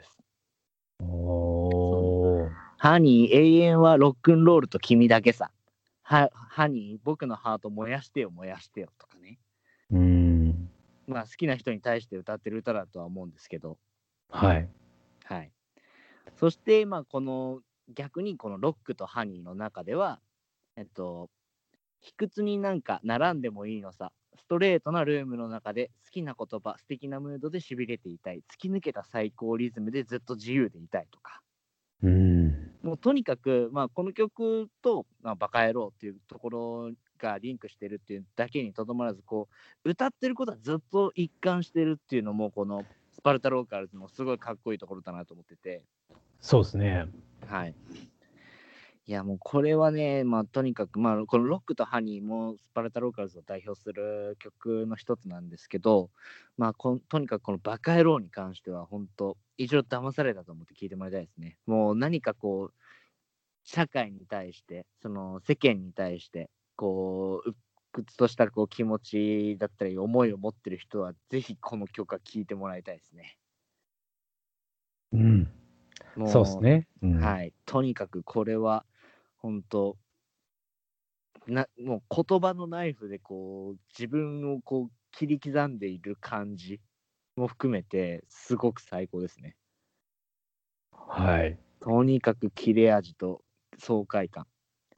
おー。 ハニー、永遠はロックンロールと君だけさ。はハニー、僕のハート燃やしてよ、燃やしてよとかね。 うーん。 まあ好きな人に対して歌ってる歌だとは思うんですけど、 はい。 はい。そしてまあこの逆にこのロックとハニーの中では、えっと、卑屈になんか並んでもいいのさ。ストレートなルームの中で好きな言葉、素敵なムードでしびれていたい。突き抜けた最高リズムでずっと自由でいたいとか。 うーん。 もうとにかく、まあ、この曲と、まあ、バカ野郎っていうところがリンクしてるっていうだけにとどまらず、こう歌ってることはずっと一貫してるっていうのもこのスパルタローカルズのすごいかっこいいところだなと思ってて、 そうですね。 はい。いやもうこれはね、まあとにかく、まあこのロックとハニーもスパルタローカルズを代表する曲の一つなんですけど、まあことにかくこのバカ野郎に関しては本当一度騙されたと思って聞いてもらいたいですね。もう何かこう社会に対して、その世間に対してこう鬱屈としたこう気持ちだったり思いを持ってる人はぜひこの曲は聴いてもらいたいですね。 うん。 もうそうですね。うん、 はい。とにかくこれは本当なもう言葉のナイフでこう自分をこう切り刻んでいる感じも含めてすごく最高ですね。 はい。 とにかく切れ味と爽快感。 うん。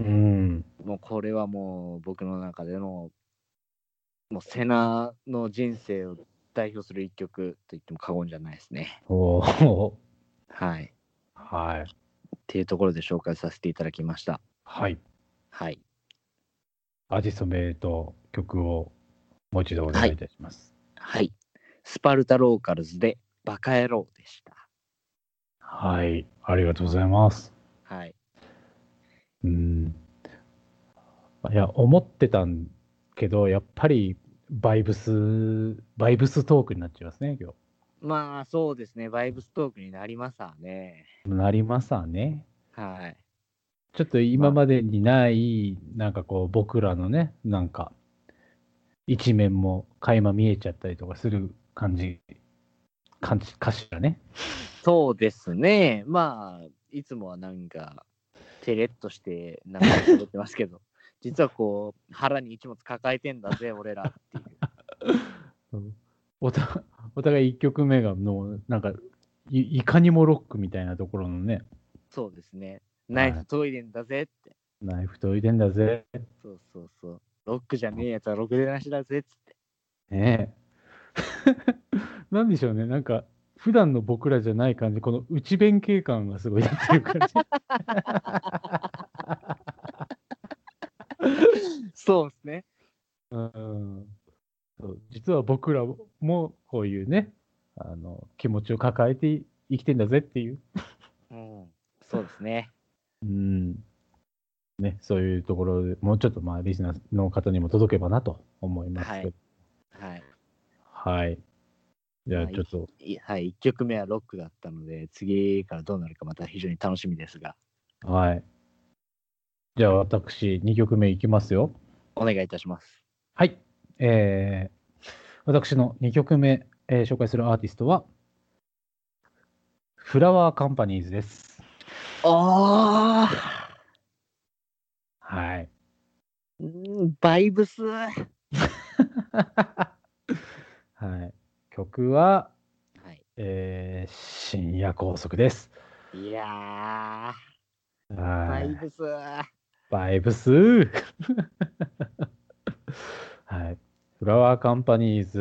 もうこれはもう僕の中でのもうセナの人生を代表する一曲と言っても過言じゃないですね。 おー。 はい。 はい。 っていうところで紹介させていただきました。 はい。 はい。 アーティスト名と曲をもう一度お願いいたします。 はい。はい、スパルタローカルズでバカ野郎でした。 はい。ありがとうございます。 はい。 うん。いや、思ってたんけど、やっぱりバイブス、バイブストークになっちゃいますね、今まあそうですね。バイブストークになりますわね。 日。なりますわね。 はい。 ちょっと今までにない、なんかこう、僕らのね、なんか、一面も垣間見えちゃったりとかする感じ、感じかしらね。 そうですね。まあ、いつもはなんか、テレッとして、なんか喋ってますけど、実はこう、腹に一物抱えてんだぜ、俺らっていう。 おたお互い一曲目がの、なんかい、いかにもロックみたいなところのね。 そうですね。ナイフ研いでんだぜって。 ナイフ研いでんだぜ。 そうそうそう。ロックじゃねえやつはロクでなしだぜっつって。 ねえ。なんでしょうね。なんか、普段の僕らじゃない感じ、この内弁慶感がすごい出てる感じ。 そうですね。 うんそう実は僕らもこういうね、あの気持ちを抱えて生きてんだぜっていう、 うん。そうですね。 うんね、そういうところでもうちょっとまあリスナーの方にも届けばなと思いますけど。 はい。 はい。じゃあちょっと。 いはい、いっきょくめはロックだったので、次からどうなるかまた非常に楽しみですが。 はい。じゃあ私、にきょくめいきますよ。 お願いいたします。 はい。えー、私のにきょくめ、えー、紹介するアーティストは、フラワーカンパニーズです。 ああはい。 バイブスはい。曲は、はい、えー、深夜高速です。 いやー、 バイブスバイブスはい。フラワーカンパニーズ、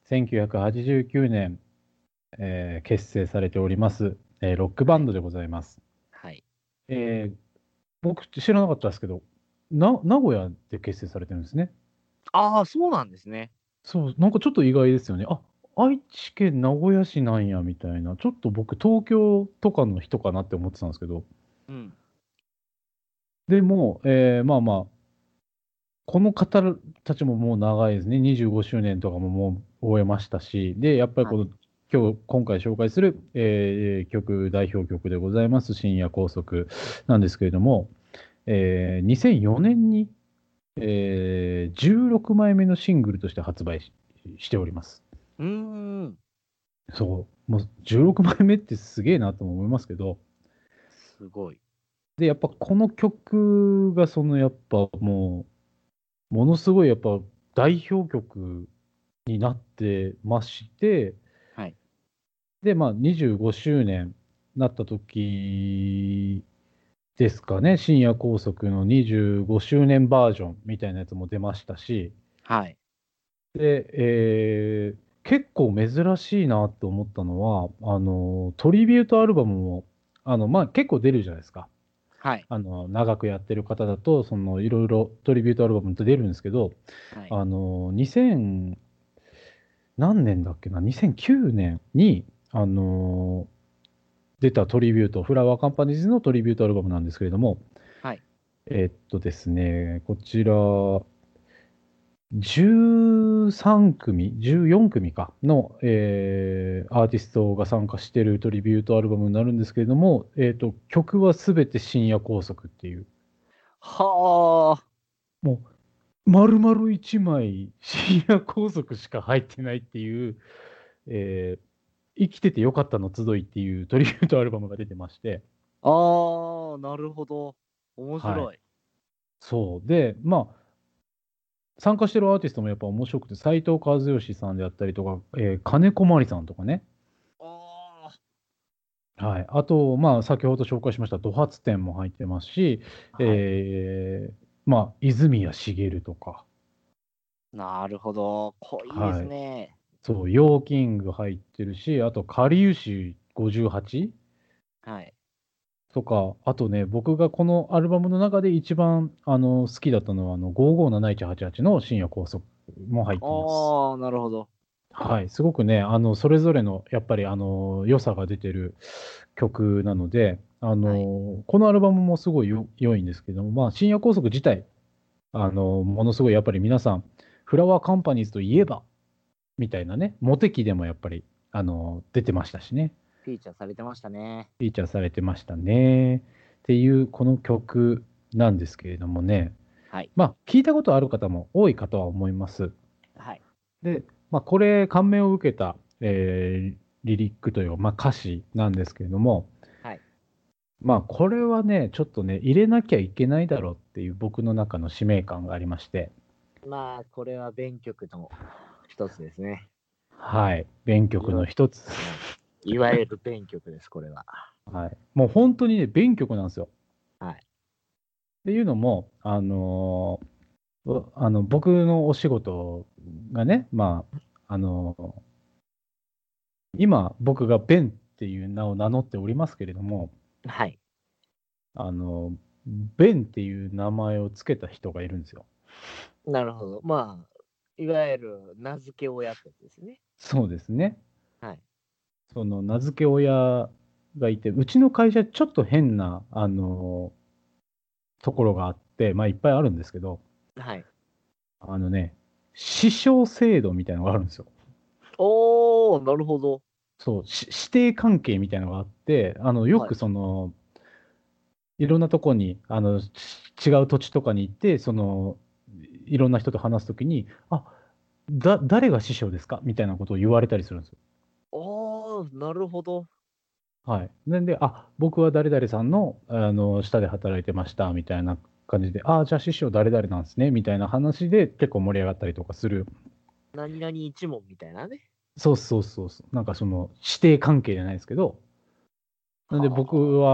せんきゅうひゃくはちじゅうきゅうねん、えー結成されております、えーロックバンドでございます。 はい。 えー僕知らなかったですけど、な名古屋で結成されてるんですね。 ああ、そうなんですね。 そう、なんかちょっと意外ですよね。あ、愛知県名古屋市なんやみたいな。ちょっと僕東京とかの人かなって思ってたんですけど、 うん。 でも、えーまあまあ、この方たちももう長いですね。にじゅうごしゅうねんとかももう終えましたし、で、やっぱりこの、 はい今日、今回紹介する、えー曲、代表曲でございます、深夜高速なんですけれども、えーにせんよねんに、えーじゅうろくまいめのシングルとして発売し、しております。 うーん。 そう、もうじゅうろくまいめってすげえなとも思いますけど、 すごい。 で、やっぱこの曲が、そのやっぱもう、ものすごいやっぱ代表曲になってまして、 はい。 で、まあ、にじゅうごしゅうねんなった時ですかね、深夜高速のにじゅうごしゅうねんバージョンみたいなやつも出ましたし、 はい。 で、えー結構珍しいなと思ったのは、あの、トリビュートアルバムも、あの、まあ、結構出るじゃないですか。 はい。 あの、長くやってる方だと、その、いろいろトリビュートアルバムって出るんですけど、 はい。 あの、にせん何年だっけな、にせんきゅうねんに、あの出たトリビュート、フラワーカンパニーズのトリビュートアルバムなんですけれども、 はい。 えっとですね、こちら、じゅうさんくみ、じゅうよんくみかの、えーアーティストが参加しているトリビュートアルバムになるんですけれども、えっと、曲はすべて深夜高速っていう、 はあ。 もう、丸々いちまい深夜高速しか入ってないっていう、えー生きててよかったの集いっていうトリビュートアルバムが出てまして、 ああ、なるほど。面はい。 白い。 そう。で、まあ、参加してるアーティストもやっぱ面白くて、斉藤和義さんであったりとか、えー金子まりさんとかね。 あはい。あと、まあ、先ほど紹介しました、ドハツ店も入ってますし、 あ。はい。 えーまあ、泉谷しげるとか、 なるほど。濃いですはい。 ね。 そう、ヨーキング入ってるし、あと、かりゆしごじゅうはちはい。 とか、あとね、僕がこのアルバムの中で一番あの好きだったのは、あのごーごーなないちはちはちの深夜高速も入ってます。 ああ、なるほど。 はい、すごくね、あのそれぞれのやっぱりあの良さが出てる曲なので、あはい。 のこのアルバムもすごいよ良いんですけども、まあ、深夜高速自体、あのものすごいやっぱり皆さん、フラワーカンパニーズといえばみたいなね、モテ期でもやっぱりあの出てましたしね。 フィーチャーされてましたね。 フィーチャーされてましたね。っていうこの曲なんですけれどもね、 はい。 まあ、聞いたことある方も多いかとは思います。 はい。 で、まあ、これ、感銘を受けた、えーリリックというか、まあ、歌詞なんですけれども、 はい。 まあ、これはね、ちょっとね、入れなきゃいけないだろうっていう僕の中の使命感がありまして、 まあ、これは弁曲の一つですね。 はい、弁曲の一つ。 いわゆる弁曲です、これは。 はい、もう本当にね、弁曲なんですよ。 はい。 っていうのも、あのーうあの僕のお仕事がね、まあ、あの今、僕がベンっていう名を名乗っておりますけれども、 はい。 あのベンっていう名前をつけた人がいるんですよ。 なるほど。まあ、いわゆる名付け親ってやつですね。 そうですね。 はい。 その名付け親がいて、うちの会社、ちょっと変な、あのところがあって、まあ、いっぱいあるんですけど、 はい。 あのね、師匠制度みたいなのがあるんですよ。 おー、なるほど。 そう、し師弟関係みたいなのがあって、あのよくはい。 その、いろんなとこに、あの、ち違う土地とかに行って、その、いろんな人と話すときに、あ、だ、誰が師匠ですかみたいなことを言われたりするんですよ。 おー、なるほど。 はい。なんで、あ、僕は誰々さんの、あの、下で働いてました、みたいな感じで、あ、じゃあ師匠誰々なんですね、みたいな話で結構盛り上がったりとかする。 何々一門みたいなね。 そうそうそうそう。なんかその、師弟関係じゃないですけど、なんで僕はは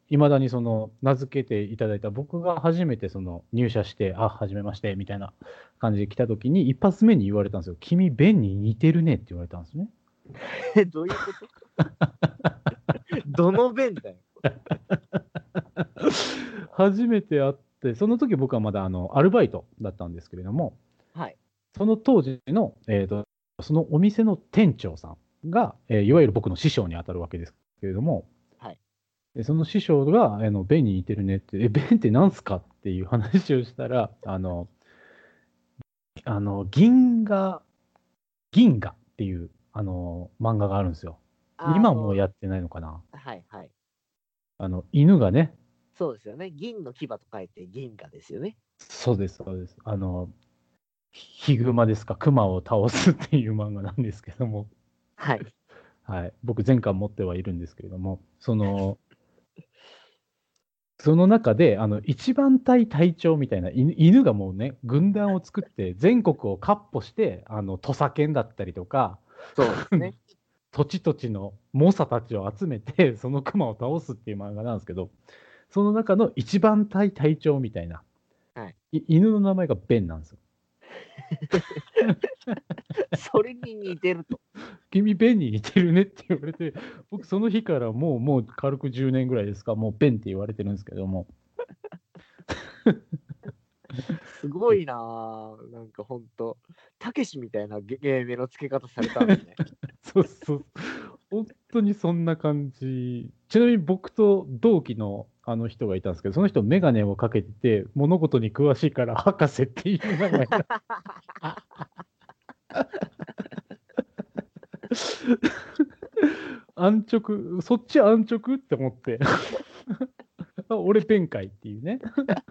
いまだにその名付けていただいた僕が初めてその入社して、あ、はじめましてみたいな感じで来た時に、一発目に言われたんですよ。君、ベンに似てるねって言われたんですね。 え、どういうことどの弁だよ。 初めて会って、その時僕はまだあのアルバイトだったんですけれども、 はい。 その当時の、えーと、そのお店の店長さんが、えーいわゆる僕の師匠に当たるわけですけれども、 はい。 でその師匠が、あの、ベンに似てるねって、え、ベンって何すかっていう話をしたら、あの、あの、銀河、銀河っていう、あの、漫画があるんですよ。 あ今もうの、 やってないのかな。 はいはい。 あの、犬がね、 そうですよね。銀の牙と書いて銀河ですよね。 そうです、そうです。あの、ヒグマですか、クマを倒すっていう漫画なんですけども、 はい。 はい、僕、全巻持ってはいるんですけれども、その、その中で、あの、一番隊隊長みたいな犬犬がもうね、軍団を作って、全国を闊歩して、あの、土佐犬だったりとか、 そうですね。 土地土地の猛者たちを集めて、そのクマを倒すっていう漫画なんですけど、その中の一番隊隊長みたいな、 はい。 い犬の名前がベンなんですよ。 それに似てると。 君、ベンに似てるねって言われて、僕、その日からもう、もう軽くじゅうねんぐらいですか、もうベンって言われてるんですけども、 すごいなぁ。なんかほんと、たけしみたいな芸芸名の付け方されたんですね。 そうそう、本当にそんな感じ。ちなみに僕と同期のあの人がいたんですけど、その人、メガネをかけてて、物事に詳しいから博士っていう名前が。安直、そっち安直って思って、あ俺、弁解っていうね。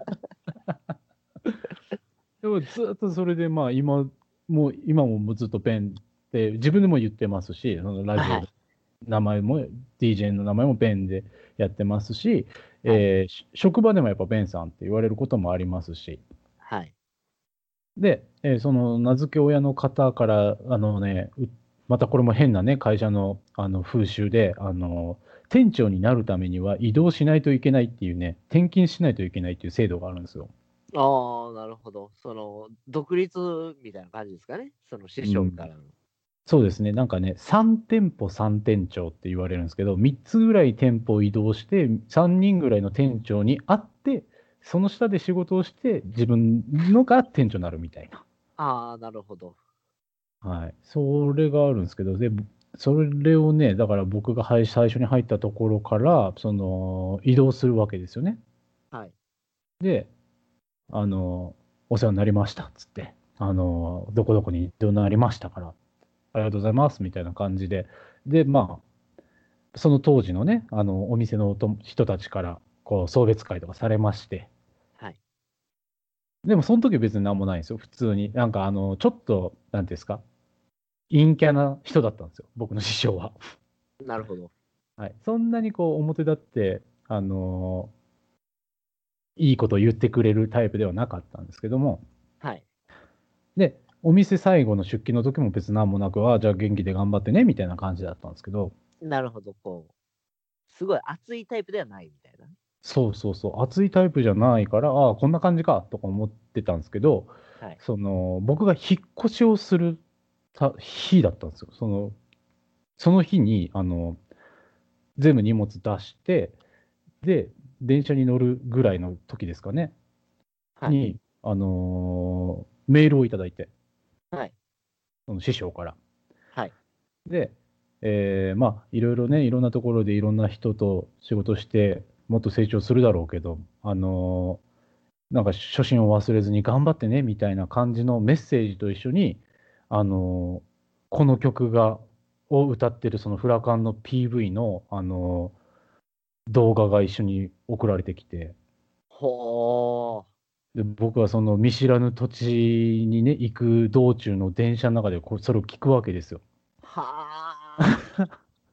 でもずっとそれで、まあ、今も、今もずっとベンって自分でも言ってますし、そのラジオではい。 名前も、ディージェー の名前もベンでやってますし、 はいえーし職場でもやっぱベンさんって言われることもありますし、 はい。 で、えーその名付け親の方から、あのね、うまたこれも変なね、会社の、あの風習で、あの、店長になるためには移動しないといけないっていうね、転勤しないといけないっていう制度があるんですよ。 ああ、なるほど。その、独立みたいな感じですかね。その師うん匠からの。 そうですね。なんかね、さん店舗さん店長って言われるんですけど、みっつぐらい店舗を移動して、さんにんぐらいの店長に会って、その下で仕事をして、自分のが店長になるみたいな。 ああ、なるほど。 はい。それがあるんですけど、で、それをね、だから僕がはい最初に入ったところから、その、移動するわけですよね。 はい。 で、あの、お世話になりました、つって、あの、どこどこに移動になりましたから、ありがとうございます、みたいな感じで、で、まあ、その当時のね、あの、お店のおと人たちから、こう、送別会とかされまして、 はい。 でも、その時は別に何もないんですよ、普通に。なんか、あの、ちょっと、なんていうんですか、陰キャな人だったんですよ、僕の師匠は。 なるほど。 はい。そんなにこう、表立って、あのいいことを言ってくれるタイプではなかったんですけども、 はい。 で、お店最後の出勤の時も別に何もなく、ああ、じゃあ元気で頑張ってね、みたいな感じだったんですけど、 なるほど。こう、すごい熱いタイプではないみたいな。 そうそうそう、熱いタイプじゃないから、ああ、こんな感じか、とか思ってたんですけど、 はい。 その、僕が引っ越しをするた日だったんですよ。その、その日に、あの、全部荷物出して、で、電車に乗るぐらいの時ですかね、 はい。 に、あのーメールをいただいて、 はい。 その師匠から。 はい。 で、えーまあ、いろいろね、いろんなところでいろんな人と仕事して、もっと成長するだろうけど、あのーなんか初心を忘れずに頑張ってね、みたいな感じのメッセージと一緒に、あのーこの曲が、を歌ってるそのフラカンの ピーブイ の、あのー動画が一緒に送られてきて、 ほー。 で僕はその見知らぬ土地にね、行く道中の電車の中でこうそれを聞くわけですよ。 はー。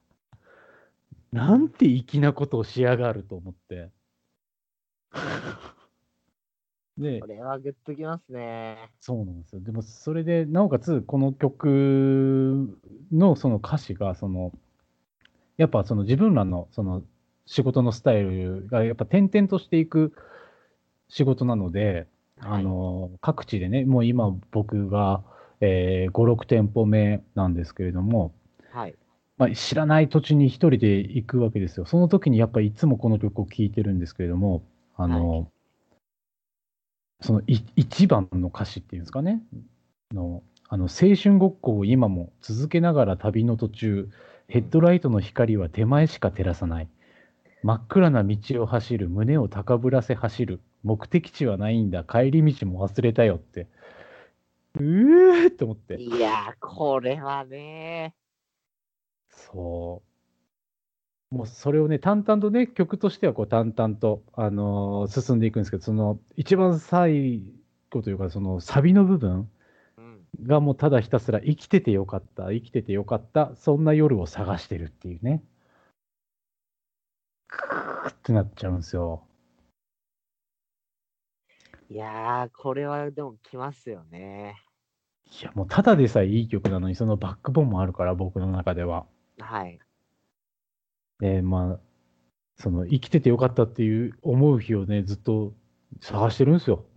なんて粋なことをしやがると思って。でこ、れはグッときますね。 そうなんですよ。でもそれで、なおかつこの曲のその歌詞が、その、やっぱその自分らのその仕事のスタイルがやっぱ転々としていく仕事なので、あの各地でね、もう今僕が、えー、ご、ろく店舗目なんですけれども、 はい。 まあ、知らない土地に一人で行くわけですよ。その時にやっぱりいつもこの曲を聴いてるんですけれども、あの、 はそのい一番の歌詞っていうんですかね、のあの青春ごっこを今も続けながら旅の途中、ヘッドライトの光は手前しか照らさない。真っ暗な道を走る、胸を高ぶらせ走る。目的地はないんだ、帰り道も忘れたよって。うーって思って。 いやー、これはね。 そう。もうそれをね、淡々とね、曲としてはこう淡々と、あのー進んでいくんですけど、その一番最後というか、そのサビの部分うん。 がもうただひたすら生きててよかった、生きててよかった、そんな夜を探してるっていうね。クーってなっちゃうんですよ。 いやー、これはでも来ますよね。 いや、もうただでさえいい曲なのに、そのバックボーンもあるから、僕の中では。 はい。 で、まあ、その生きててよかったっていう思う日をね、ずっと探してるんですよ。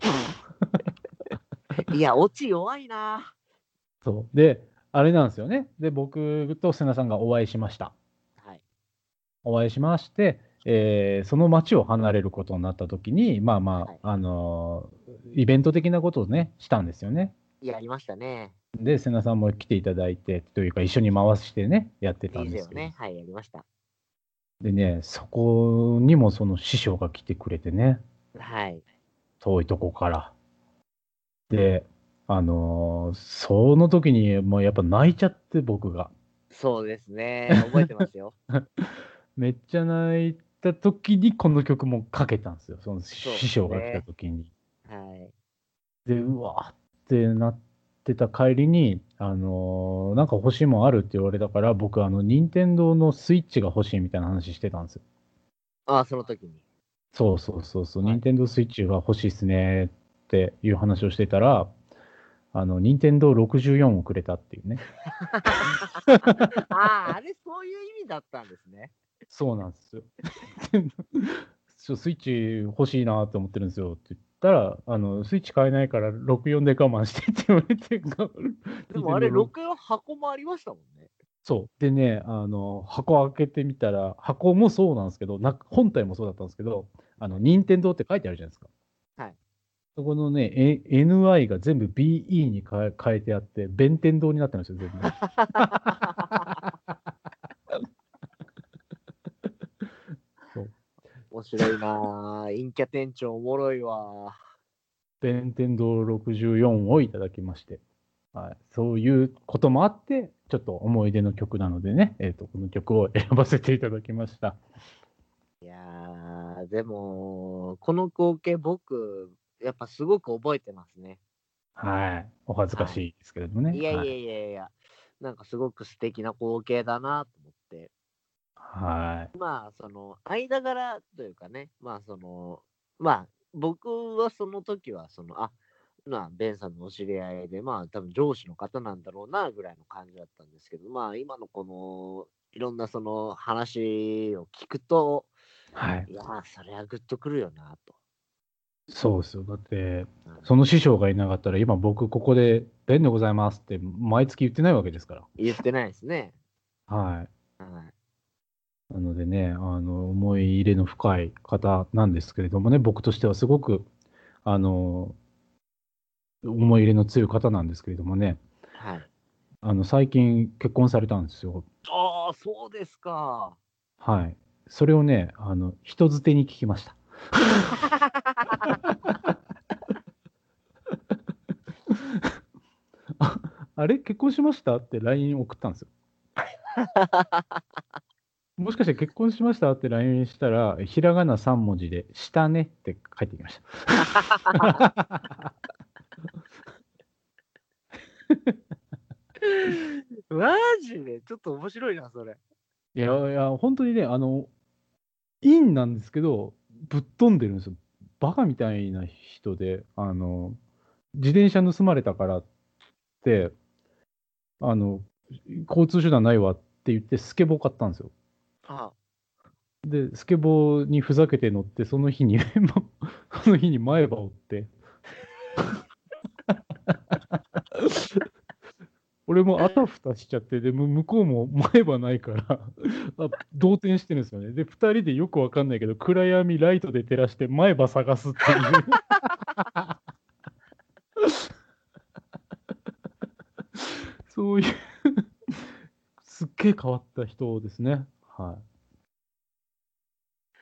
いや、オチ弱いな。 そう。で、あれなんですよね。で、僕と瀬名さんがお会いしました。 はい。 お会いしまして、えーその町を離れることになった時に、まあまはいあ、あのーイベント的なことをね、したんですよね。 やりましたね。 で、瀬名さんも来ていただいて、というか一緒に回してね、やってたんでディージェーすけど。 をね、はい、やりました。 でね、そこにもその師匠が来てくれてね、 はい。 遠いとこから。で、あのーその時にもうやっぱ泣いちゃって僕が。 そうですね。覚えてますよ。 めっちゃ泣いた時にこの曲もかけたんですよ。そのそう師匠が来た時に。 はい。 で、うわーってなってた帰りに、あのーなんか欲しいもんあるって言われたから、僕、あの、任天堂のスイッチが欲しいみたいな話してたんですよ。 ああ、その時に。 そうそうそうそう、 はい任天堂スイッチが欲しいっすねっていう話をしてたら、あの、任天堂ろくじゅうよんをくれたっていうね。 ああ、あれ、そういう意味だったんですね。 そうなんですよ。ちょスイッチ欲しいなと思ってるんですよって言ったら、あの、スイッチ買えないからろくじゅうよんで我慢してって言われて、 でもあれ、 任天堂ろくろくじゅうよん箱もありましたもんね。 そう。でね、あの、箱開けてみたら、箱もそうなんですけど、な本体もそうだったんですけど、あの、任天堂って書いてあるじゃないですか。 はい。 そこのね、え エヌアイ が全部 ビーイー に変え変えてあって、弁天堂になってるんですよ、全部。そう面白いなぁ。陰キャ店長おもろいわ。 弁天堂ろくじゅうよんをいただきまして、はい、そういうこともあって、ちょっと思い出の曲なのでね、えーと、この曲を選ばせていただきました。 いやー、でも、この光景僕、やっぱすごく覚えてますね。 はい。お恥ずかしいですけれどもね。 いやいやはい。 いやいや、なんかすごく素敵な光景だなと思って。 はい。 まあ、その、間柄というかね、まあ、その、まあ、僕はその時は、その、あ、まあ、ベンさんのお知り合いで、まあ、多分上司の方なんだろうな、ぐらいの感じだったんですけど、まあ、今のこの、いろんなその話を聞くと、 はい。 いやー、それはグッとくるよな、と。 そうですよ。だって、 うんその師匠がいなかったら、今僕ここで、弁でございますって毎月言ってないわけですから。 言ってないですね。 はい。 はい。 なのでね、あの、思い入れの深い方なんですけれどもね、僕としてはすごく、あの、思い入れの強い方なんですけれどもね、 はい。 あの、最近結婚されたんですよ。 ああ、そうですか。 はい。それをね、あの、人づてに聞きました。あ、あれ結婚しましたって ライン 送ったんですよ。もしかして結婚しましたって ライン したら、ひらがなさん文字で、したねって書いてきました。 マジでちょっと面白いな、それ。 いやいや、本当にね、あの、陰なんですけど、ぶっ飛んでるんですよ。バカみたいな人で、あの、自転車盗まれたからって、あの、交通手段ないわって言って、スケボー買ったんですよ。 あで、スケボーにふざけて乗って、その日に、その日に前歯折って、俺もあたふたしちゃって、で、向こうも前歯ないから、あ動転してるんですよね。で、ふたりでよくわかんないけど、暗闇ライトで照らして前歯探すっていう。そういうすっげえ変わった人ですね。はい。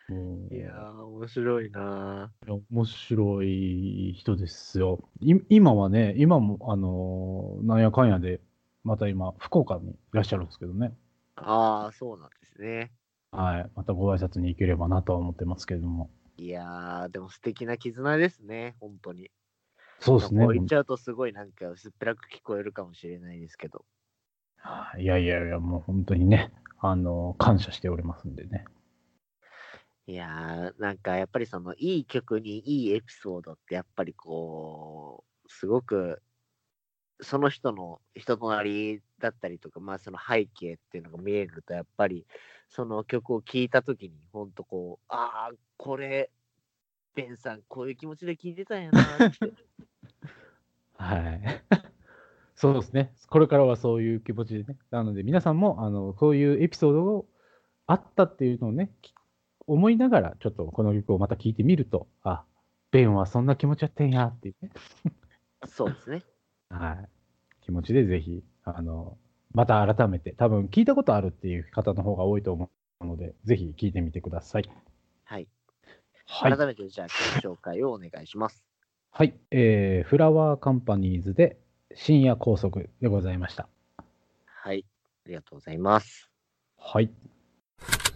もういやー、面白いないや面白い人ですよ。い今はね、今も、あのーなんやかんやで、また今、福岡にいらっしゃるんですけどね。 ああ、そうなんですね。 はい。またご挨拶に行ければなとは思ってますけれども。 いやー、でも素敵な絆ですね、本当に。 そうですね。 こう言っちゃうとすごいなんか薄っぺらく聞こえるかもしれないですけど。 はいいやいやいや、もう本当にね、あのー感謝しておりますんでね。 いやー、なんかやっぱりそのいい曲にいいエピソードってやっぱりこう、すごくその人の人となりだったりとか、まあその背景っていうのが見えると、やっぱりその曲を聴いたときに、ほんとこう、ああ、これ、ベンさん、こういう気持ちで聴いてたんやなーって。 はい。そうですね。これからはそういう気持ちでね。なので、皆さんも、あの、こういうエピソードをあったっていうのをね、き思いながら、ちょっとこの曲をまた聴いてみると、あ、ベンはそんな気持ちやってんやっていうね。 そうですね。 はい。気持ちでぜひ、あの、また改めて、多分聞いたことあるっていう方の方が多いと思うので、ぜひ聞いてみてください。 はい。 はい。 改めてじゃあ曲紹介をお願いします。 はい。えー、フラワーカンパニーズで深夜拘束でございました。 はい。ありがとうございます。 はい。